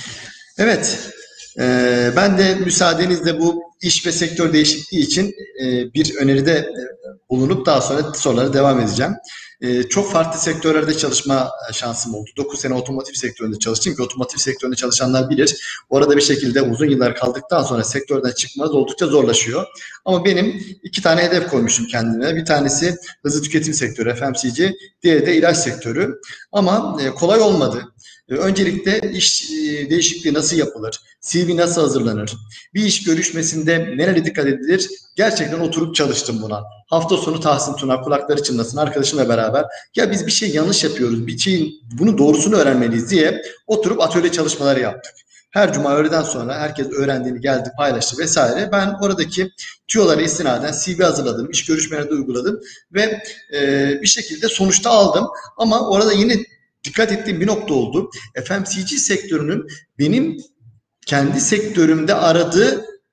[SPEAKER 1] Evet, e, ben de müsaadenizle bu iş ve sektör değişikliği için e, bir öneride bulunup daha sonra sorulara devam edeceğim. Ee, çok farklı sektörlerde çalışma şansım oldu. dokuz sene otomotiv sektöründe çalıştım ki otomotiv sektöründe çalışanlar bilir. Orada bir şekilde uzun yıllar kaldıktan sonra sektörden çıkmanız oldukça zorlaşıyor. Ama benim iki tane hedef koymuşum kendime. Bir tanesi hızlı tüketim sektörü F M C G, diğeri de ilaç sektörü. Ama e, kolay olmadı. E, öncelikle iş e, değişikliği nasıl yapılır? C V nasıl hazırlanır? Bir iş görüşmesinde nereye dikkat edilir? Gerçekten oturup çalıştım buna. Hafta sonu Tahsin Tuna kulakları çınlasın arkadaşımla beraber. Ya biz bir şey yanlış yapıyoruz. Bir şeyin bunu doğrusunu öğrenmeliyiz diye oturup atölye çalışmaları yaptık. Her cuma öğleden sonra herkes öğrendiğini geldi paylaştı vesaire. Ben oradaki tüyolara istinaden C V hazırladım, iş görüşmelerinde uyguladım ve e, bir şekilde sonuçta aldım. Ama orada yine dikkat ettiğim bir nokta oldu. F M C G sektörünün benim kendi sektörümde aradığı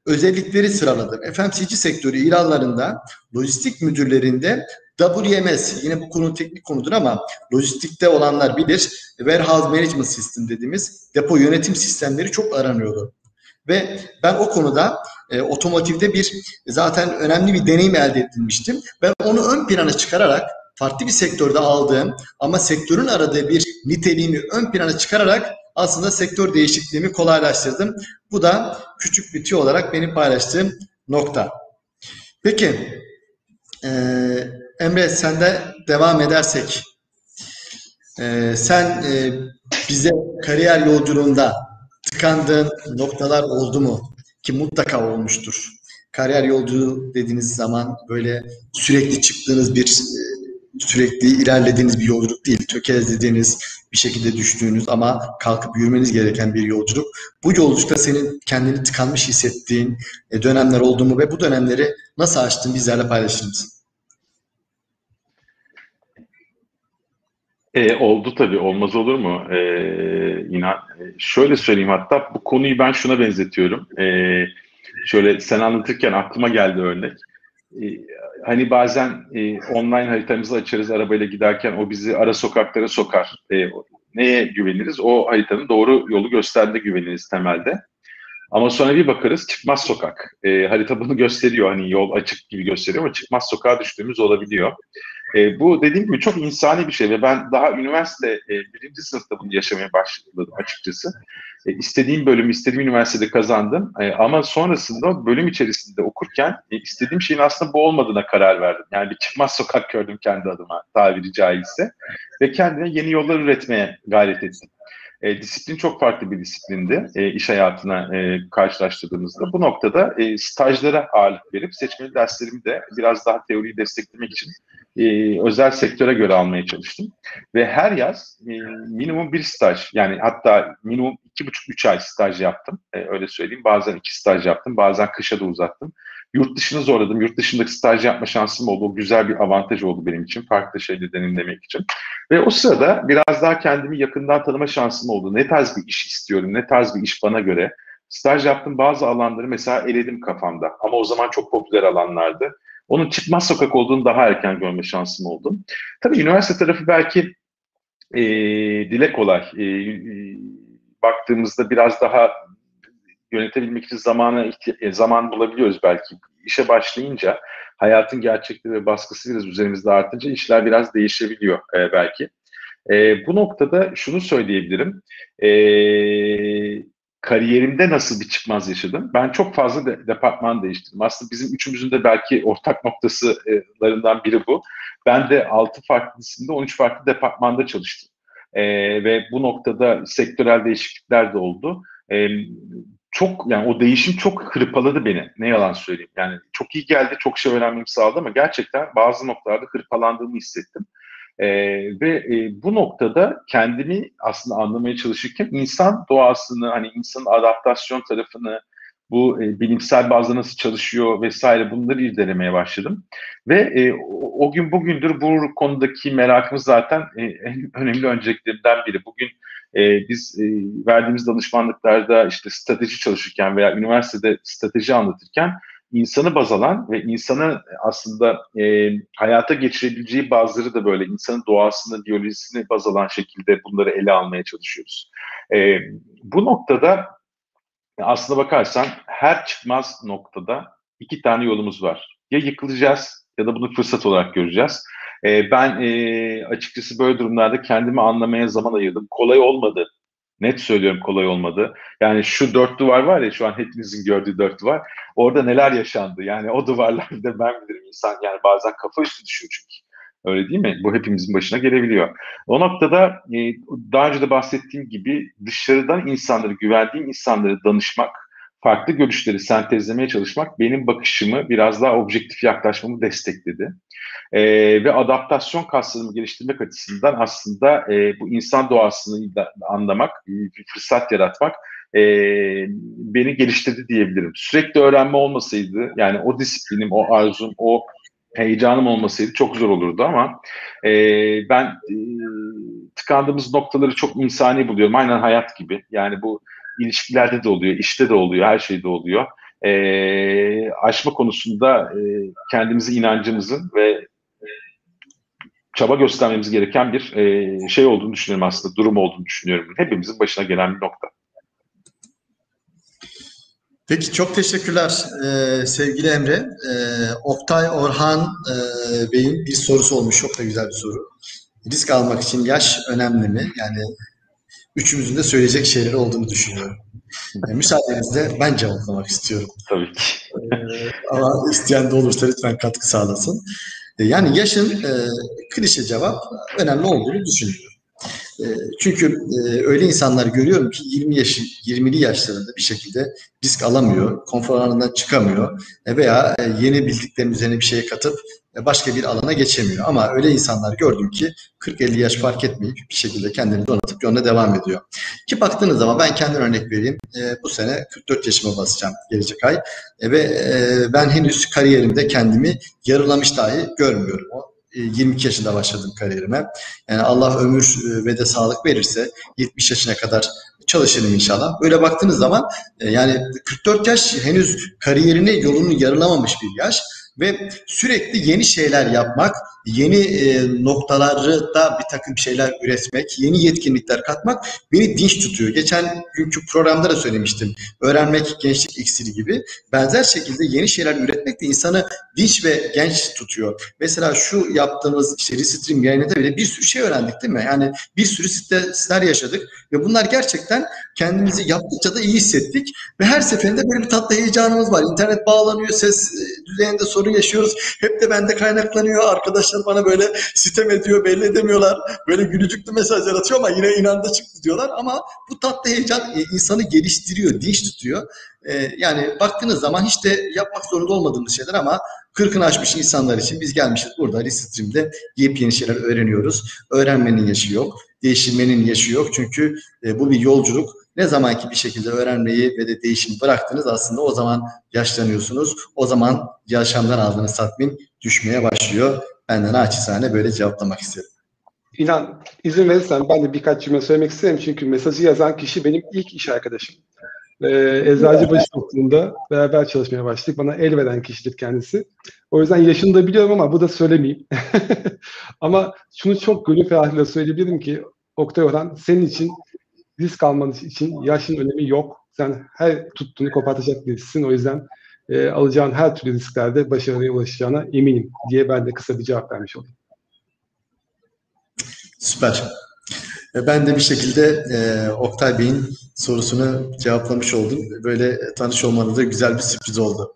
[SPEAKER 1] özellikleri sıraladım. F M C G sektörü ilanlarında lojistik müdürlerinde W M S, yine bu konu teknik konudur ama lojistikte olanlar bilir, Warehouse Management System dediğimiz depo yönetim sistemleri çok aranıyordu. Ve ben o konuda e, otomotivde bir zaten önemli bir deneyim elde edilmiştim. Ben onu ön plana çıkararak farklı bir sektörde aldığım ama sektörün aradığı bir niteliğimi ön plana çıkararak aslında sektör değişikliğimi kolaylaştırdım. Bu da küçük bir tüy olarak benim paylaştığım nokta. Peki e, Emre, sen de devam edersek, e, sen e, bize kariyer yolculuğunda tıkandığın noktalar oldu mu? Ki mutlaka olmuştur. Kariyer yolculuğu dediğiniz zaman böyle sürekli çıktığınız bir, sürekli ilerlediğiniz bir yolculuk değil. Tökezlediğiniz, bir şekilde düştüğünüz ama kalkıp yürümeniz gereken bir yolculuk. Bu yolculukta senin kendini tıkanmış hissettiğin dönemler oldu mu ve bu dönemleri nasıl aştın, bizlerle paylaşır mısın?
[SPEAKER 2] E, oldu tabii, olmaz olur mu? E, inan, şöyle söyleyeyim, hatta bu konuyu ben şuna benzetiyorum. E, şöyle sen anlatırken aklıma geldi örnek. E, hani bazen e, online haritamızı açarız arabayla giderken, o bizi ara sokaklara sokar. E, neye güveniriz? O haritanın doğru yolu gösterdiğine güveniriz temelde. Ama sonra bir bakarız çıkmaz sokak. E, harita bunu gösteriyor, hani yol açık gibi gösteriyor ama çıkmaz sokağa düştüğümüz olabiliyor. E, bu dediğim gibi çok insani bir şey ve ben daha üniversite e, birinci sınıfta bunu yaşamaya başladım açıkçası. E, istediğim bölümü istediğim üniversitede kazandım e, ama sonrasında bölüm içerisinde okurken e, istediğim şeyin aslında bu olmadığına karar verdim. Yani bir çıkmaz sokak gördüm kendi adıma, tabiri caizse, ve kendine yeni yollar üretmeye gayret ettim. E, disiplin çok farklı bir disiplindi e, iş hayatına e, karşılaştırdığımızda. Bu noktada e, stajlara ağırlık verip seçmeli derslerimi de biraz daha teoriyi desteklemek için e, özel sektöre göre almaya çalıştım. Ve her yaz e, minimum bir staj, yani hatta minimum iki buçuk üç ay staj yaptım. E, öyle söyleyeyim. Bazen iki staj yaptım, bazen kışa da uzattım. Yurt dışını zorladım. Yurt dışındaki staj yapma şansım oldu. O güzel bir avantaj oldu benim için. Farklı şeyleri deneyimlemek için. Ve o sırada biraz daha kendimi yakından tanıma şansım oldu. Ne tarz bir iş istiyorum, ne tarz bir iş bana göre. Staj yaptığım bazı alanları mesela eledim kafamda. Ama o zaman çok popüler alanlardı. Onun çıkmaz sokak olduğunu daha erken görme şansım oldu. Tabii üniversite tarafı belki e, dile kolay. E, e, baktığımızda biraz daha yönetebilmek için zamana ihti- zaman bulabiliyoruz belki. İşe başlayınca hayatın gerçekliği ve baskısı biraz üzerimizde artınca işler biraz değişebiliyor e, belki. E, bu noktada şunu söyleyebilirim. E, kariyerimde nasıl bir çıkmaz yaşadım? Ben çok fazla de, departman değiştirdim. Aslında bizim üçümüzün de belki ortak noktasılarından biri bu. Ben de altı farklı isimde on üç farklı departmanda çalıştım. E, ve bu noktada sektörel değişiklikler de oldu. E, çok yani o değişim çok hırpaladı beni. Ne yalan söyleyeyim. Yani çok iyi geldi, çok şey öğrenmemi sağladı ama gerçekten bazı noktalarda hırpalandığımı hissettim. Ee, ve e, bu noktada kendimi aslında anlamaya çalışırken insan doğasını, hani insanın adaptasyon tarafını, bu e, bilimsel bazda nasıl çalışıyor vesaire, bunları irdelemeye başladım. Ve e, o, o gün bugündür bu konudaki merakımız zaten e, en önemli önceliklerimden biri. Bugün e, biz e, verdiğimiz danışmanlıklarda işte strateji çalışırken veya üniversitede strateji anlatırken insanı baz alan ve insanı aslında e, hayata geçirebileceği bazıları da böyle insanın doğasını, biyolojisini baz alan şekilde bunları ele almaya çalışıyoruz. E, bu noktada aslına bakarsan her çıkmaz noktada iki tane yolumuz var. Ya yıkılacağız ya da bunu fırsat olarak göreceğiz. E, ben e, açıkçası böyle durumlarda kendimi anlamaya zaman ayırdım. Kolay olmadı. Net söylüyorum, kolay olmadı. Yani şu dört duvar var ya, şu an hepinizin gördüğü dört duvar. Orada neler yaşandı? Yani o duvarlarda ben bilirim, insan yani bazen kafa üstü düşüyor çünkü. Öyle değil mi? Bu hepimizin başına gelebiliyor. O noktada e, daha önce de bahsettiğim gibi dışarıdan insanları, güvendiğim insanlara danışmak, farklı görüşleri sentezlemeye çalışmak benim bakışımı biraz daha objektif yaklaşmamı destekledi. E, ve adaptasyon kaslarımı geliştirmek açısından aslında e, bu insan doğasını da anlamak, bir fırsat yaratmak e, beni geliştirdi diyebilirim. Sürekli öğrenme olmasaydı, yani o disiplinim, o arzum, o heyecanım olmasaydı çok zor olurdu ama e, ben e, tıkandığımız noktaları çok insani buluyorum. Aynen hayat gibi. Yani bu ilişkilerde de oluyor, işte de oluyor, her şeyde oluyor. e, aşma konusunda e, kendimize inancımızın ve çaba göstermemiz gereken bir e, şey olduğunu düşünüyorum aslında, durum olduğunu düşünüyorum. Hepimizin başına gelen bir nokta.
[SPEAKER 1] Peki çok teşekkürler e, sevgili Emre. E, Oktay Orhan e, Bey'in bir sorusu olmuş. Çok da güzel bir soru. Risk almak için yaş önemli mi? Yani üçümüzün de söyleyecek şeyleri olduğunu düşünüyorum. E, müsaadenizle ben cevaplamak istiyorum.
[SPEAKER 2] Tabii ki.
[SPEAKER 1] E, ama isteyen de olursa lütfen katkı sağlasın. E, yani yaşın e, klişe cevap önemli olduğunu düşünüyorum. E, çünkü e, öyle insanlar görüyorum ki yirmi yaşı, yirmili yaşlarında bir şekilde risk alamıyor, konfor alanından çıkamıyor e, veya e, yeni bildiklerinin üzerine bir şey katıp e, başka bir alana geçemiyor. Ama öyle insanlar gördüm ki kırk elli yaş fark etmeyip bir şekilde kendini donatıp yoluna devam ediyor. Ki baktığınız zaman ben kendim örnek vereyim. E, bu sene kırk dört yaşıma basacağım gelecek ay e, ve e, ben henüz kariyerimde kendimi yarılamış dahi görmüyorum. O yirmi iki yaşında başladım kariyerime. Yani Allah ömür ve de sağlık verirse yetmiş yaşına kadar çalışırım inşallah. Böyle baktığınız zaman yani kırk dört yaş henüz kariyerini, yolunu yarılamamış bir yaş ve sürekli yeni şeyler yapmak, yeni e, noktaları da bir takım şeyler üretmek, yeni yetkinlikler katmak beni dinç tutuyor. Geçen günkü programda da söylemiştim. Öğrenmek gençlik iksiri gibi. Benzer şekilde yeni şeyler üretmek de insanı dinç ve genç tutuyor. Mesela şu yaptığımız işte Restream yayınında bile bir sürü şey öğrendik değil mi? Yani bir sürü stresler yaşadık ve bunlar gerçekten kendimizi yaptıkça da iyi hissettik ve her seferinde böyle bir tatlı heyecanımız var. İnternet bağlanıyor, ses düzeyinde sorun yaşıyoruz. Hep de bende kaynaklanıyor. Arkadaşlar bana böyle sitem ediyor, belli edemiyorlar. Böyle gülücüklü mesajlar atıyor ama yine inandı çıktı diyorlar. Ama bu tatlı heyecan insanı geliştiriyor, dinç tutuyor. Ee, yani baktığınız zaman hiç de yapmak zorunda olmadığımız şeyler ama kırkını aşmış insanlar için biz gelmişiz burada Restream'de yepyeni şeyler öğreniyoruz. Öğrenmenin yaşı yok, değiştirmenin yaşı yok. Çünkü e, bu bir yolculuk. Ne zaman ki bir şekilde öğrenmeyi ve de değişimi bıraktınız aslında o zaman yaşlanıyorsunuz. O zaman yaşamdan aldığınız tatmin düşmeye başlıyor. Ben de naçizane böyle cevaplamak istedim.
[SPEAKER 3] İnan, izin verirsen ben de birkaç cümle söylemek isterim. Çünkü mesajı yazan kişi benim ilk iş arkadaşım. Ee, Eczacıbaşı topluluğunda beraber çalışmaya başladık. Bana el veren kişidir kendisi. O yüzden yaşını da biliyorum ama bu da söylemeyeyim. Ama şunu çok gönül ferahlığıyla söyleyebilirim ki Oktay Orhan, senin için risk alman için yaşın önemi yok. Sen her tuttuğunu kopartacak birisin. O yüzden e, alacağın her türlü risklerde başarıya ulaşacağına eminim diye ben de kısa bir cevap vermiş olayım.
[SPEAKER 1] Süper. Ben de bir şekilde e, Oktay Bey'in sorusunu cevaplamış oldum. Böyle tanış olmanız da güzel bir sürpriz oldu.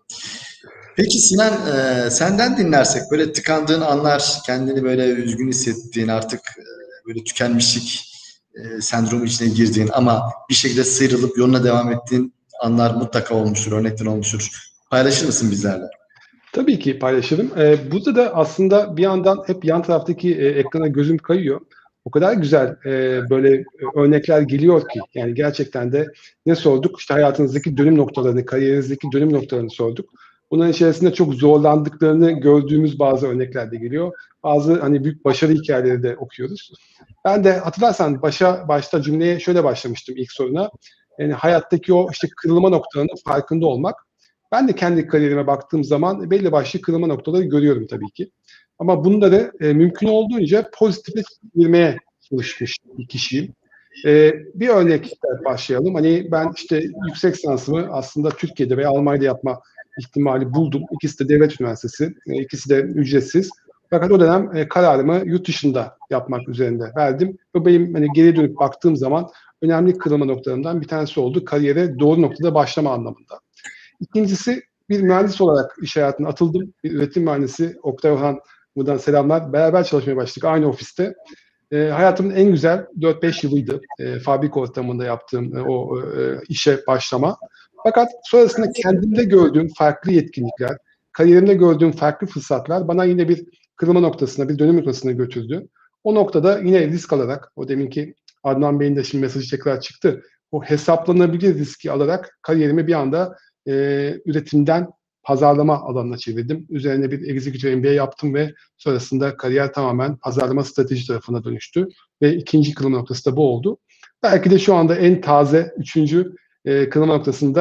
[SPEAKER 1] Peki Sinan, e, senden dinlersek böyle tıkandığın anlar, kendini böyle üzgün hissettiğin, artık e, böyle tükenmişlik e, sendromu içine girdiğin ama bir şekilde sıyrılıp yoluna devam ettiğin anlar mutlaka olmuştur, örnekler olmuştur. Paylaşır mısın bizlerle?
[SPEAKER 3] Tabii ki paylaşırım. Ee, burada da aslında bir yandan hep yan taraftaki e, ekrana gözüm kayıyor. O kadar güzel e, böyle örnekler geliyor ki yani gerçekten de ne sorduk? İşte hayatınızdaki dönüm noktalarını, kariyerinizdeki dönüm noktalarını sorduk. Bunların içerisinde çok zorlandıklarını gördüğümüz bazı örnekler de geliyor. Bazı hani büyük başarı hikayeleri de okuyoruz. Ben de hatırlarsan başa başta cümleye şöyle başlamıştım ilk soruna. Yani hayattaki o işte kırılma noktalarının farkında olmak. Ben de kendi kariyerime baktığım zaman belli başlı kırılma noktaları görüyorum tabii ki. Ama bunları e, mümkün olduğunca pozitife çevirmeye çalışmış bir kişiyim. E, bir örnekle başlayalım. Hani ben işte yüksek lisansımı aslında Türkiye'de veya Almanya'da yapma ihtimali buldum. İkisi de devlet üniversitesi, e, ikisi de ücretsiz. Fakat o dönem e, kararımı yurt dışında yapmak üzerinde verdim. Ve benim hani geri dönüp baktığım zaman önemli kırılma noktalarından bir tanesi oldu. Kariyere doğru noktada başlama anlamında. İkincisi bir mühendis olarak iş hayatına atıldım. Bir üretim mühendisi Oktay Orhan, buradan selamlar. Beraber çalışmaya başladık aynı ofiste. E, hayatımın en güzel dört beş yılıydı. E, fabrika ortamında yaptığım e, o e, işe başlama. Fakat sonrasında kendimde gördüğüm farklı yetkinlikler, kariyerimde gördüğüm farklı fırsatlar bana yine bir kırılma noktasına, bir dönüm noktasına götürdü. O noktada yine risk alarak, o deminki Adnan Bey'in de şimdi mesajı tekrar çıktı. O hesaplanabilir riski alarak kariyerimi bir anda e, üretimden pazarlama alanına çevirdim. Üzerine bir Executive M B A yaptım ve sonrasında kariyer tamamen pazarlama strateji tarafına dönüştü. Ve ikinci kırılma noktası da bu oldu. Belki de şu anda en taze, üçüncü e, kırılma noktasında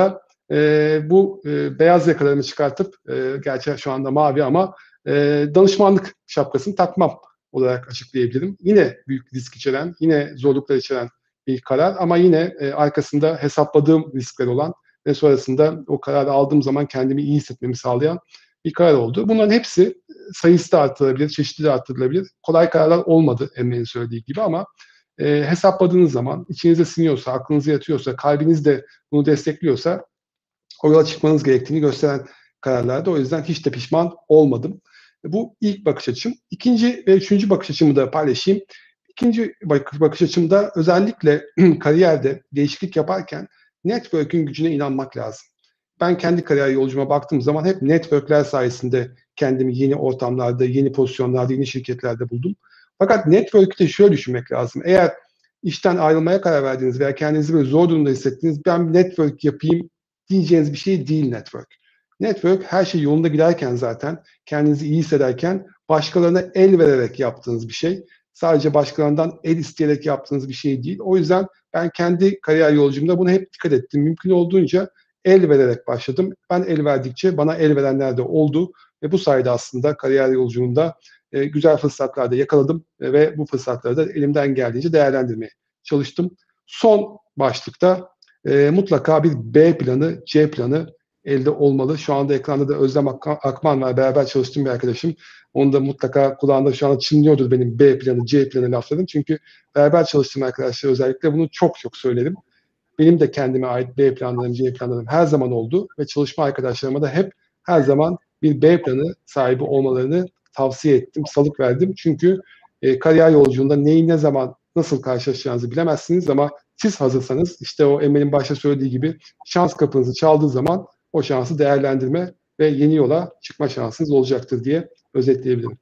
[SPEAKER 3] e, bu e, beyaz yakalarımı çıkartıp, e, gerçi şu anda mavi ama e, danışmanlık şapkasını takmam olarak açıklayabilirim. Yine büyük risk içeren, yine zorluklar içeren bir karar ama yine e, arkasında hesapladığım riskler olan ve sonrasında o kararı aldığım zaman kendimi iyi hissetmemi sağlayan bir karar oldu. Bunların hepsi sayısı da artırılabilir, çeşitli de artırılabilir. Kolay kararlar olmadı Emre'nin söylediği gibi ama e, hesapladığınız zaman, içinize siniyorsa, aklınıza yatıyorsa, kalbiniz de bunu destekliyorsa o yola çıkmanız gerektiğini gösteren kararlardı. O yüzden hiç de pişman olmadım. Bu ilk bakış açım. İkinci ve üçüncü bakış açımı da paylaşayım. İkinci bakış açımda özellikle kariyerde değişiklik yaparken network'ün gücüne inanmak lazım. Ben kendi kariyer yolcuma baktığım zaman hep network'ler sayesinde kendimi yeni ortamlarda, yeni pozisyonlarda, yeni şirketlerde buldum. Fakat network'ü de şöyle düşünmek lazım. Eğer işten ayrılmaya karar verdiğiniz veya kendinizi böyle zor durumda hissettiğiniz, ben bir network yapayım diyeceğiniz bir şey değil network. Network her şey yolunda giderken zaten, kendinizi iyi hissederken başkalarına el vererek yaptığınız bir şey. Sadece başkalarından el isteyerek yaptığınız bir şey değil. O yüzden ben kendi kariyer yolcumda buna hep dikkat ettim. Mümkün olduğunca el vererek başladım. Ben el verdikçe bana el verenler de oldu ve bu sayede aslında kariyer yolculuğunda e, güzel fırsatlar da yakaladım e, ve bu fırsatları da elimden geldiğince değerlendirmeye çalıştım. Son başlıkta e, mutlaka bir B planı, C planı elde olmalı. Şu anda ekranda da Özlem Akman var. Beraber çalıştığım bir arkadaşım. Onu da mutlaka kulağında şu anda çınlıyordur benim B planı, C planı laflarım. Çünkü beraber çalıştığım arkadaşlar özellikle bunu çok çok söylerim. Benim de kendime ait B planlarım, C planlarım her zaman oldu ve çalışma arkadaşlarıma da hep her zaman bir B planı sahibi olmalarını tavsiye ettim, salık verdim. Çünkü e, kariyer yolculuğunda neyi ne zaman nasıl karşılaşacağınızı bilemezsiniz ama siz hazırsanız işte o Emre'nin başta söylediği gibi şans kapınızı çaldığı zaman o şansı değerlendirme ve yeni yola çıkma şansınız olacaktır diye özetleyebilirim.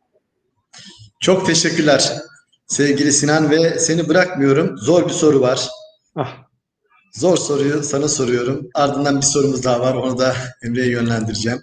[SPEAKER 1] Çok teşekkürler sevgili Sinan ve seni bırakmıyorum. Zor bir soru var.
[SPEAKER 3] Ah.
[SPEAKER 1] Zor soruyu sana soruyorum. Ardından bir sorumuz daha var. Onu da Emre'ye yönlendireceğim.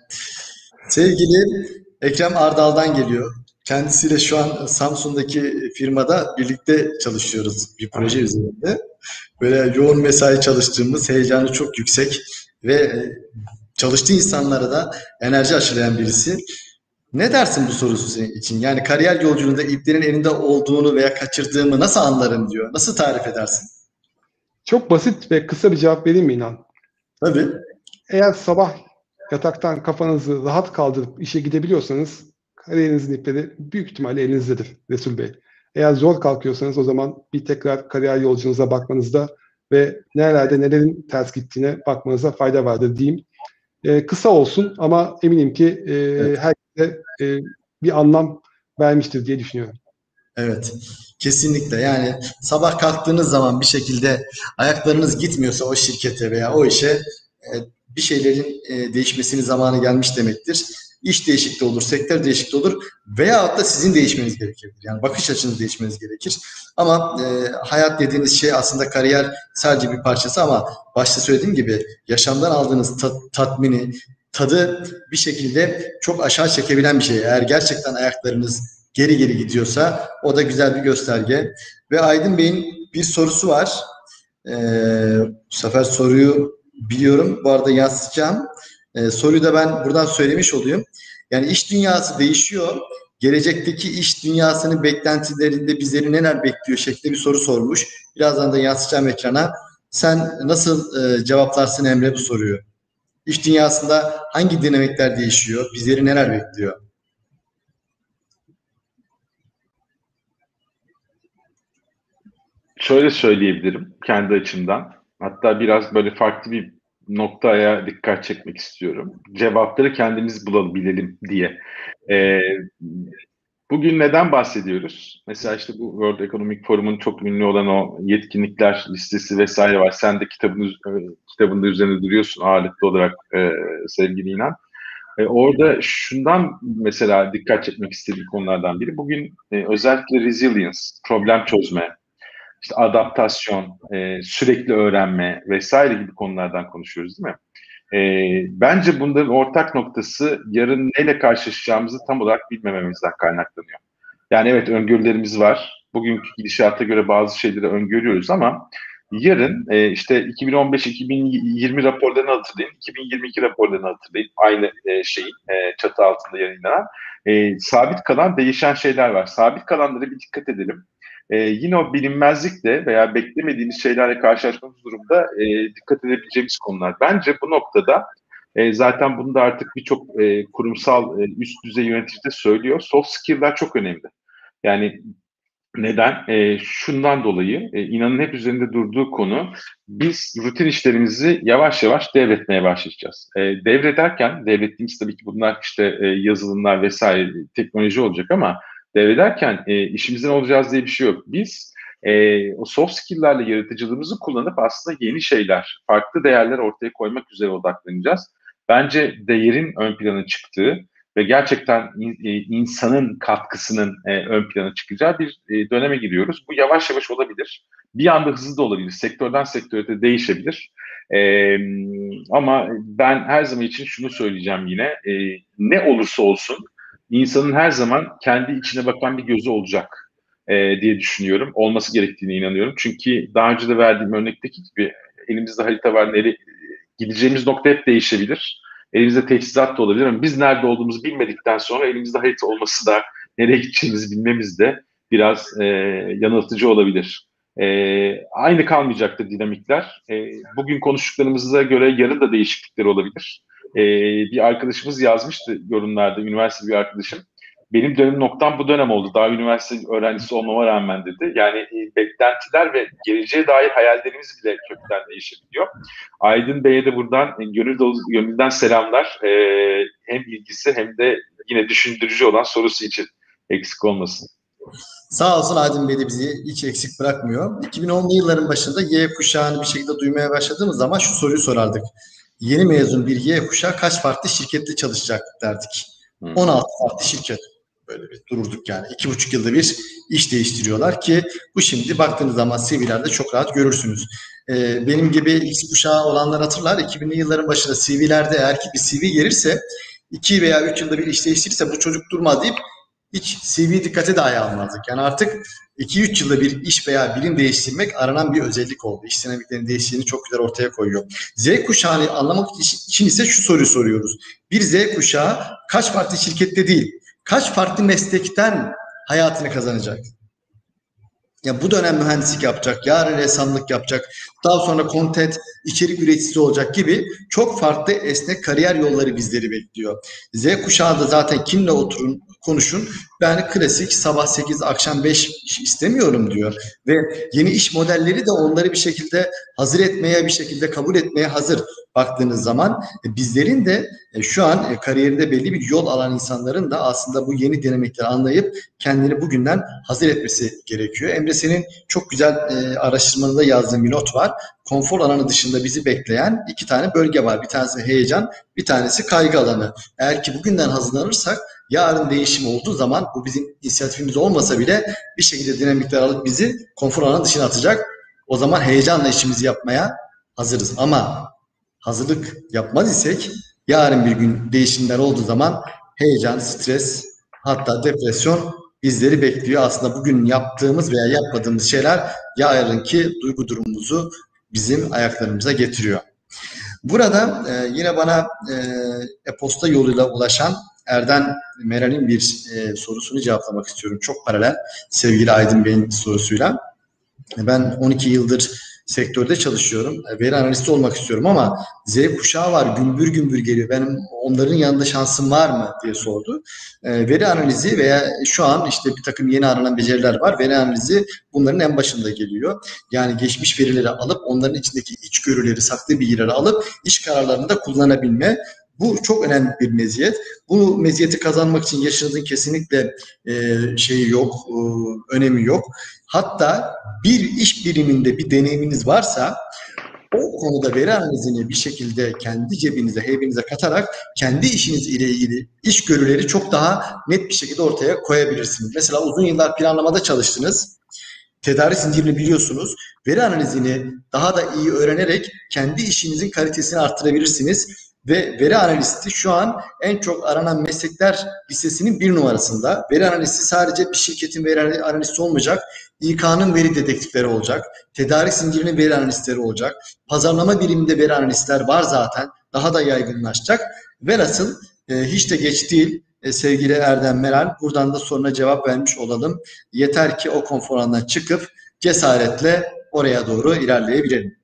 [SPEAKER 1] Sevgili Ekrem Ardal'dan geliyor. Kendisiyle şu an Samsun'daki firmada birlikte çalışıyoruz bir proje üzerinde. Böyle yoğun mesai çalıştığımız, heyecanı çok yüksek ve çalıştığı insanlara da enerji aşılayan birisi. Ne dersin bu sorusu için? Yani kariyer yolculuğunda iplerin elinde olduğunu veya kaçırdığımı nasıl anlarım diyor. Nasıl tarif edersin?
[SPEAKER 3] Çok basit ve kısa bir cevap vereyim mi İnan?
[SPEAKER 1] Tabii.
[SPEAKER 3] Eğer sabah yataktan kafanızı rahat kaldırıp işe gidebiliyorsanız kariyerinizin ipleri büyük ihtimalle elinizdedir Resul Bey. Eğer zor kalkıyorsanız o zaman bir tekrar kariyer yolculuğunuza bakmanızda ve nerelerde nelerin ters gittiğine bakmanıza fayda vardır diyeyim. Ee, kısa olsun ama eminim ki e,
[SPEAKER 1] Evet.
[SPEAKER 3] herkese e, bir anlam vermiştir diye düşünüyorum.
[SPEAKER 1] Evet, kesinlikle. Yani sabah kalktığınız zaman bir şekilde ayaklarınız gitmiyorsa o şirkete veya o işe e, bir şeylerin e, değişmesinin zamanı gelmiş demektir. İş değişikliği olur, sektör değişikliği olur veyahut da sizin değişmeniz gerekebilir. Yani bakış açınız değişmeniz gerekir. Ama e, hayat dediğiniz şey aslında kariyer sadece bir parçası ama başta söylediğim gibi yaşamdan aldığınız tat, tatmini, tadı bir şekilde çok aşağı çekebilen bir şey. Eğer gerçekten ayaklarınız geri geri gidiyorsa o da güzel bir gösterge. Ve Aydın Bey'in bir sorusu var. Ee, bu sefer soruyu biliyorum. Bu arada yansıtacağım. Ee, soruyu da ben buradan söylemiş olayım. Yani iş dünyası değişiyor. Gelecekteki iş dünyasının beklentilerinde bizleri neler bekliyor şeklinde bir soru sormuş. Birazdan da yansıtacağım ekrana. Sen nasıl e, cevaplarsın Emre bu soruyu? İş dünyasında hangi dinamikler değişiyor? Bizleri neler bekliyor?
[SPEAKER 2] Şöyle söyleyebilirim kendi açımdan. Hatta biraz böyle farklı bir noktaya dikkat çekmek istiyorum. Cevapları kendimiz bulalım, bilelim diye. Ee, bugün neden bahsediyoruz? Mesela işte bu World Economic Forum'un çok ünlü olan o yetkinlikler listesi vesaire var. Sen de kitabın, kitabında üzerinde duruyorsun ağırlıklı olarak e, sevgili İnan. E, orada şundan mesela dikkat çekmek istediğim konulardan biri. Bugün e, özellikle resilience, problem çözme, işte adaptasyon, e, sürekli öğrenme vesaire gibi konulardan konuşuyoruz değil mi? E, bence bunların ortak noktası yarın neyle karşılaşacağımızı tam olarak bilmememizden kaynaklanıyor. Yani evet öngörülerimiz var. Bugünkü gidişata göre bazı şeyleri öngörüyoruz ama yarın e, işte iki bin on beş iki bin yirmi raporlarını hatırlayın, iki bin yirmi iki raporlarını hatırlayın. Aynı e, şeyin e, çatı altında yayınlanan. E, sabit kalan değişen şeyler var. Sabit kalanlara bir dikkat edelim. E, yine o bilinmezlikle veya beklemediğimiz şeylerle karşılaşmamız durumda e, dikkat edebileceğimiz konular. Bence bu noktada e, zaten bunu da artık birçok e, kurumsal e, üst düzey yönetici de söylüyor. Soft skill'ler çok önemli. Yani neden? E, şundan dolayı e, inanın hep üzerinde durduğu konu, biz rutin işlerimizi yavaş yavaş devretmeye başlayacağız. E, devrederken, devrettiğimiz tabii ki bunlar işte e, yazılımlar vesaire teknoloji olacak ama devrederken e, işimizden olacağız diye bir şey yok. Biz e, o soft skill'lerle yaratıcılığımızı kullanıp aslında yeni şeyler, farklı değerler ortaya koymak üzere odaklanacağız. Bence değerin ön plana çıktığı ve gerçekten insanın katkısının ön plana çıkacağı bir döneme giriyoruz. Bu yavaş yavaş olabilir. Bir anda hızlı da olabilir. Sektörden sektöre de değişebilir. Ee, ama ben her zaman için şunu söyleyeceğim yine. E, ne olursa olsun insanın her zaman kendi içine bakan bir gözü olacak e, diye düşünüyorum. Olması gerektiğine inanıyorum. Çünkü daha önce de verdiğim örnekteki gibi elimizde harita var. Nereye, gideceğimiz nokta hep değişebilir. Elimizde teçhizat da olabilir ama biz nerede olduğumuzu bilmedikten sonra elimizde harita olması da nereye gideceğimizi bilmemiz de biraz e, yanıltıcı olabilir. E, aynı kalmayacaktır dinamikler. E, bugün konuştuklarımıza göre yarın da değişiklikler olabilir. E, bir arkadaşımız yazmıştı yorumlarda, üniversite bir arkadaşım. Benim dönüm noktam bu dönem oldu. Daha üniversite öğrencisi olmama rağmen dedi. Yani e, beklentiler ve geleceğe dair hayallerimiz bile kökten değişebiliyor. Aydın Bey'e de buradan e, gönül dolu, gönülden selamlar. E, hem ilgisi hem de yine düşündürücü olan sorusu için eksik olmasın.
[SPEAKER 1] Sağ olsun Aydın Bey de bizi hiç eksik bırakmıyor. iki bin onlu yılların başında Y kuşağını bir şekilde duymaya başladığımız zaman şu soruyu sorardık. Yeni mezun bir Y kuşağı kaç farklı şirkette çalışacak derdik. Hmm. on altı farklı şirket. Böyle bir dururduk yani. İki buçuk yılda bir iş değiştiriyorlar ki bu şimdi baktığınız zaman C V'lerde çok rahat görürsünüz. Ee, benim gibi X kuşağı olanlar hatırlar. iki binli yılların başında C V'lerde eğer ki bir C V gelirse iki veya üç yılda bir iş değiştirirse bu çocuk durmaz deyip hiç C V dikkate dahi almazdık. Yani artık iki üç yılda bir iş veya bilim değiştirmek aranan bir özellik oldu. İş dinamiklerinin değiştiğini çok güzel ortaya koyuyor. Z kuşağını anlamak için ise şu soruyu soruyoruz. Bir Z kuşağı kaç farklı şirkette değil, kaç farklı meslekten hayatını kazanacak? Ya bu dönem mühendislik yapacak, yarın ressamlık yapacak, daha sonra content, içerik üreticisi olacak gibi çok farklı esnek kariyer yolları bizleri bekliyor. Z kuşağı da zaten kimle oturun, konuşun, ben klasik sabah sekiz, akşam beş istemiyorum diyor. Ve yeni iş modelleri de onları bir şekilde hazır etmeye, bir şekilde kabul etmeye hazır. Baktığınız zaman bizlerin de şu an kariyerinde belli bir yol alan insanların da aslında bu yeni dinamikleri anlayıp kendini bugünden hazır etmesi gerekiyor. Emre, senin çok güzel e, araştırmanında yazdığın bir not var. Konfor alanı dışında bizi bekleyen iki tane bölge var. Bir tanesi heyecan, bir tanesi kaygı alanı. Eğer ki bugünden hazırlanırsak yarın değişim olduğu zaman bu bizim inisiyatifimiz olmasa bile bir şekilde dinamikler alıp bizi konfor alanı dışına atacak. O zaman heyecanla işimizi yapmaya hazırız. Ama hazırlık yapmaz isek yarın bir gün değişimler olduğu zaman heyecan, stres, hatta depresyon bizleri bekliyor. Aslında bugün yaptığımız veya yapmadığımız şeyler yarınki duygu durumumuzu bizim ayaklarımıza getiriyor. Burada e, yine bana e, e-posta yoluyla ulaşan Erden Meral'in bir e, sorusunu cevaplamak istiyorum. Çok paralel sevgili Aydın Bey'in sorusuyla. Ben on iki yıldır sektörde çalışıyorum. Veri analisti olmak istiyorum ama Z kuşağı var, gümbür gümbür geliyor. Benim onların yanında şansım var mı diye sordu. E, veri analizi veya şu an işte bir takım yeni aranan beceriler var. Veri analizi bunların en başında geliyor. Yani geçmiş verileri alıp onların içindeki içgörüleri, saklı bilgileri alıp iş kararlarında kullanabilme. Bu çok önemli bir meziyet. Bu meziyeti kazanmak için yaşınızın kesinlikle e, şeyi yok, e, önemi yok. Hatta bir iş biriminde bir deneyiminiz varsa o konuda veri analizini bir şekilde kendi cebinize, heybinize katarak kendi işiniz ile ilgili iş görüleri çok daha net bir şekilde ortaya koyabilirsiniz. Mesela uzun yıllar planlamada çalıştınız. Tedarik zincirini biliyorsunuz. Veri analizini daha da iyi öğrenerek kendi işinizin kalitesini arttırabilirsiniz. Ve veri analisti şu an en çok aranan meslekler listesinin bir numarasında. Veri analisti sadece bir şirketin veri analisti olmayacak. İK'nın veri dedektifleri olacak. Tedarik zincirinin veri analistleri olacak. Pazarlama biriminde veri analistler var zaten. Daha da yaygınlaşacak. Velhasıl e, hiç de geç değil e, sevgili Erdem Meral. Buradan da soruna cevap vermiş olalım. Yeter ki o konfor alanından çıkıp cesaretle oraya doğru ilerleyebilelim.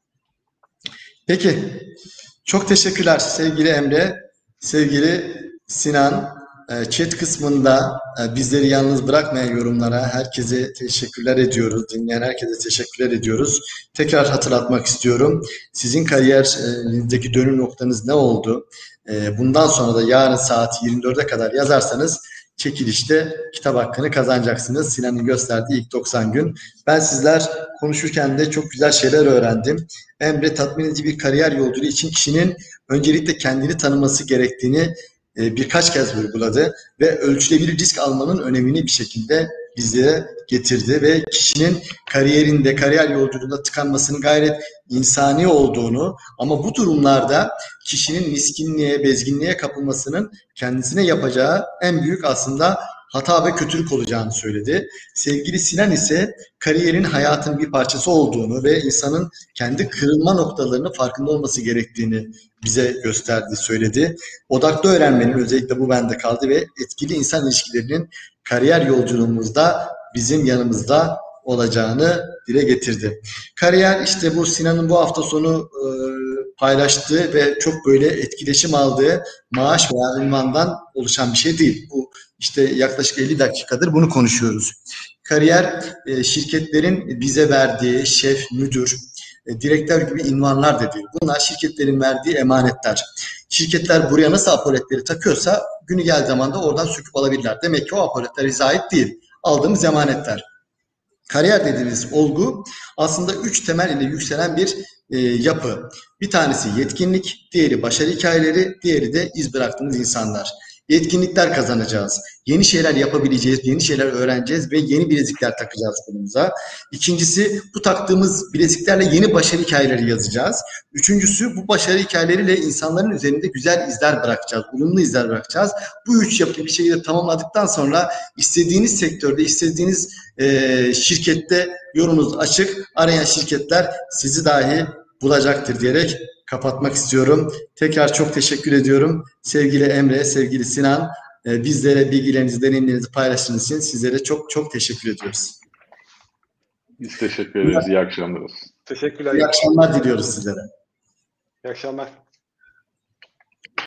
[SPEAKER 1] Peki. Çok teşekkürler sevgili Emre, sevgili Sinan. Chat kısmında bizleri yalnız bırakmayan yorumlara herkese teşekkürler ediyoruz. Dinleyen herkese teşekkürler ediyoruz. Tekrar hatırlatmak istiyorum. Sizin kariyerinizdeki dönüm noktanız ne oldu? Bundan sonra da yarın saat yirmi dörde kadar yazarsanız çekilişte kitap hakkını kazanacaksınız. Sinan'ın gösterdiği ilk doksan gün. Ben sizler konuşurken de çok güzel şeyler öğrendim. Emre tatmin edici bir kariyer yolculuğu için kişinin öncelikle kendini tanıması gerektiğini birkaç kez vurguladı ve ölçülebilir risk almanın önemini bir şekilde bizlere getirdi ve kişinin kariyerinde, kariyer yolculuğunda tıkanmasının gayret insani olduğunu ama bu durumlarda kişinin miskinliğe, bezginliğe kapılmasının kendisine yapacağı en büyük aslında hata ve kötülük olacağını söyledi. Sevgili Sinan ise kariyerin hayatın bir parçası olduğunu ve insanın kendi kırılma noktalarının farkında olması gerektiğini bize gösterdi, söyledi. Odaklı öğrenmenin özellikle bu bende kaldı ve etkili insan ilişkilerinin kariyer yolculuğumuzda bizim yanımızda olacağını dile getirdi. Kariyer işte bu Sinan'ın bu hafta sonu e, paylaştığı ve çok böyle etkileşim aldığı maaş veya ünvandan oluşan bir şey değil. Bu işte yaklaşık elli dakikadır bunu konuşuyoruz. Kariyer e, şirketlerin bize verdiği şef, müdür, e, direktör gibi ünvanlar da değil. Bunlar şirketlerin verdiği emanetler. Şirketler buraya nasıl apoletleri takıyorsa günü geldiği zaman da oradan söküp alabilirler. Demek ki o apoletler bize ait değil. Aldığımız emanetler. Kariyer dediğimiz olgu aslında üç temel ile yükselen bir e, yapı. Bir tanesi yetkinlik, diğeri başarı hikayeleri, diğeri de iz bıraktığımız insanlar. Yetkinlikler kazanacağız. Yeni şeyler yapabileceğiz, yeni şeyler öğreneceğiz ve yeni bilezikler takacağız kolumuza. İkincisi bu taktığımız bileziklerle yeni başarı hikayeleri yazacağız. Üçüncüsü bu başarı hikayeleriyle insanların üzerinde güzel izler bırakacağız, olumlu izler bırakacağız. Bu üç yapıyı bir şekilde tamamladıktan sonra istediğiniz sektörde, istediğiniz e, şirkette yolunuz açık. Arayan şirketler sizi dahi bulacaktır diyerek kapatmak istiyorum. Tekrar çok teşekkür ediyorum. Sevgili Emre, sevgili Sinan, e, bizlere bilgilerinizi, deneyimlerinizi paylaştığınız için sizlere çok çok teşekkür ediyoruz.
[SPEAKER 2] Biz teşekkür ederiz. İyi akşamlar olsun.
[SPEAKER 3] Teşekkürler.
[SPEAKER 1] İyi akşamlar diliyoruz sizlere.
[SPEAKER 3] İyi akşamlar.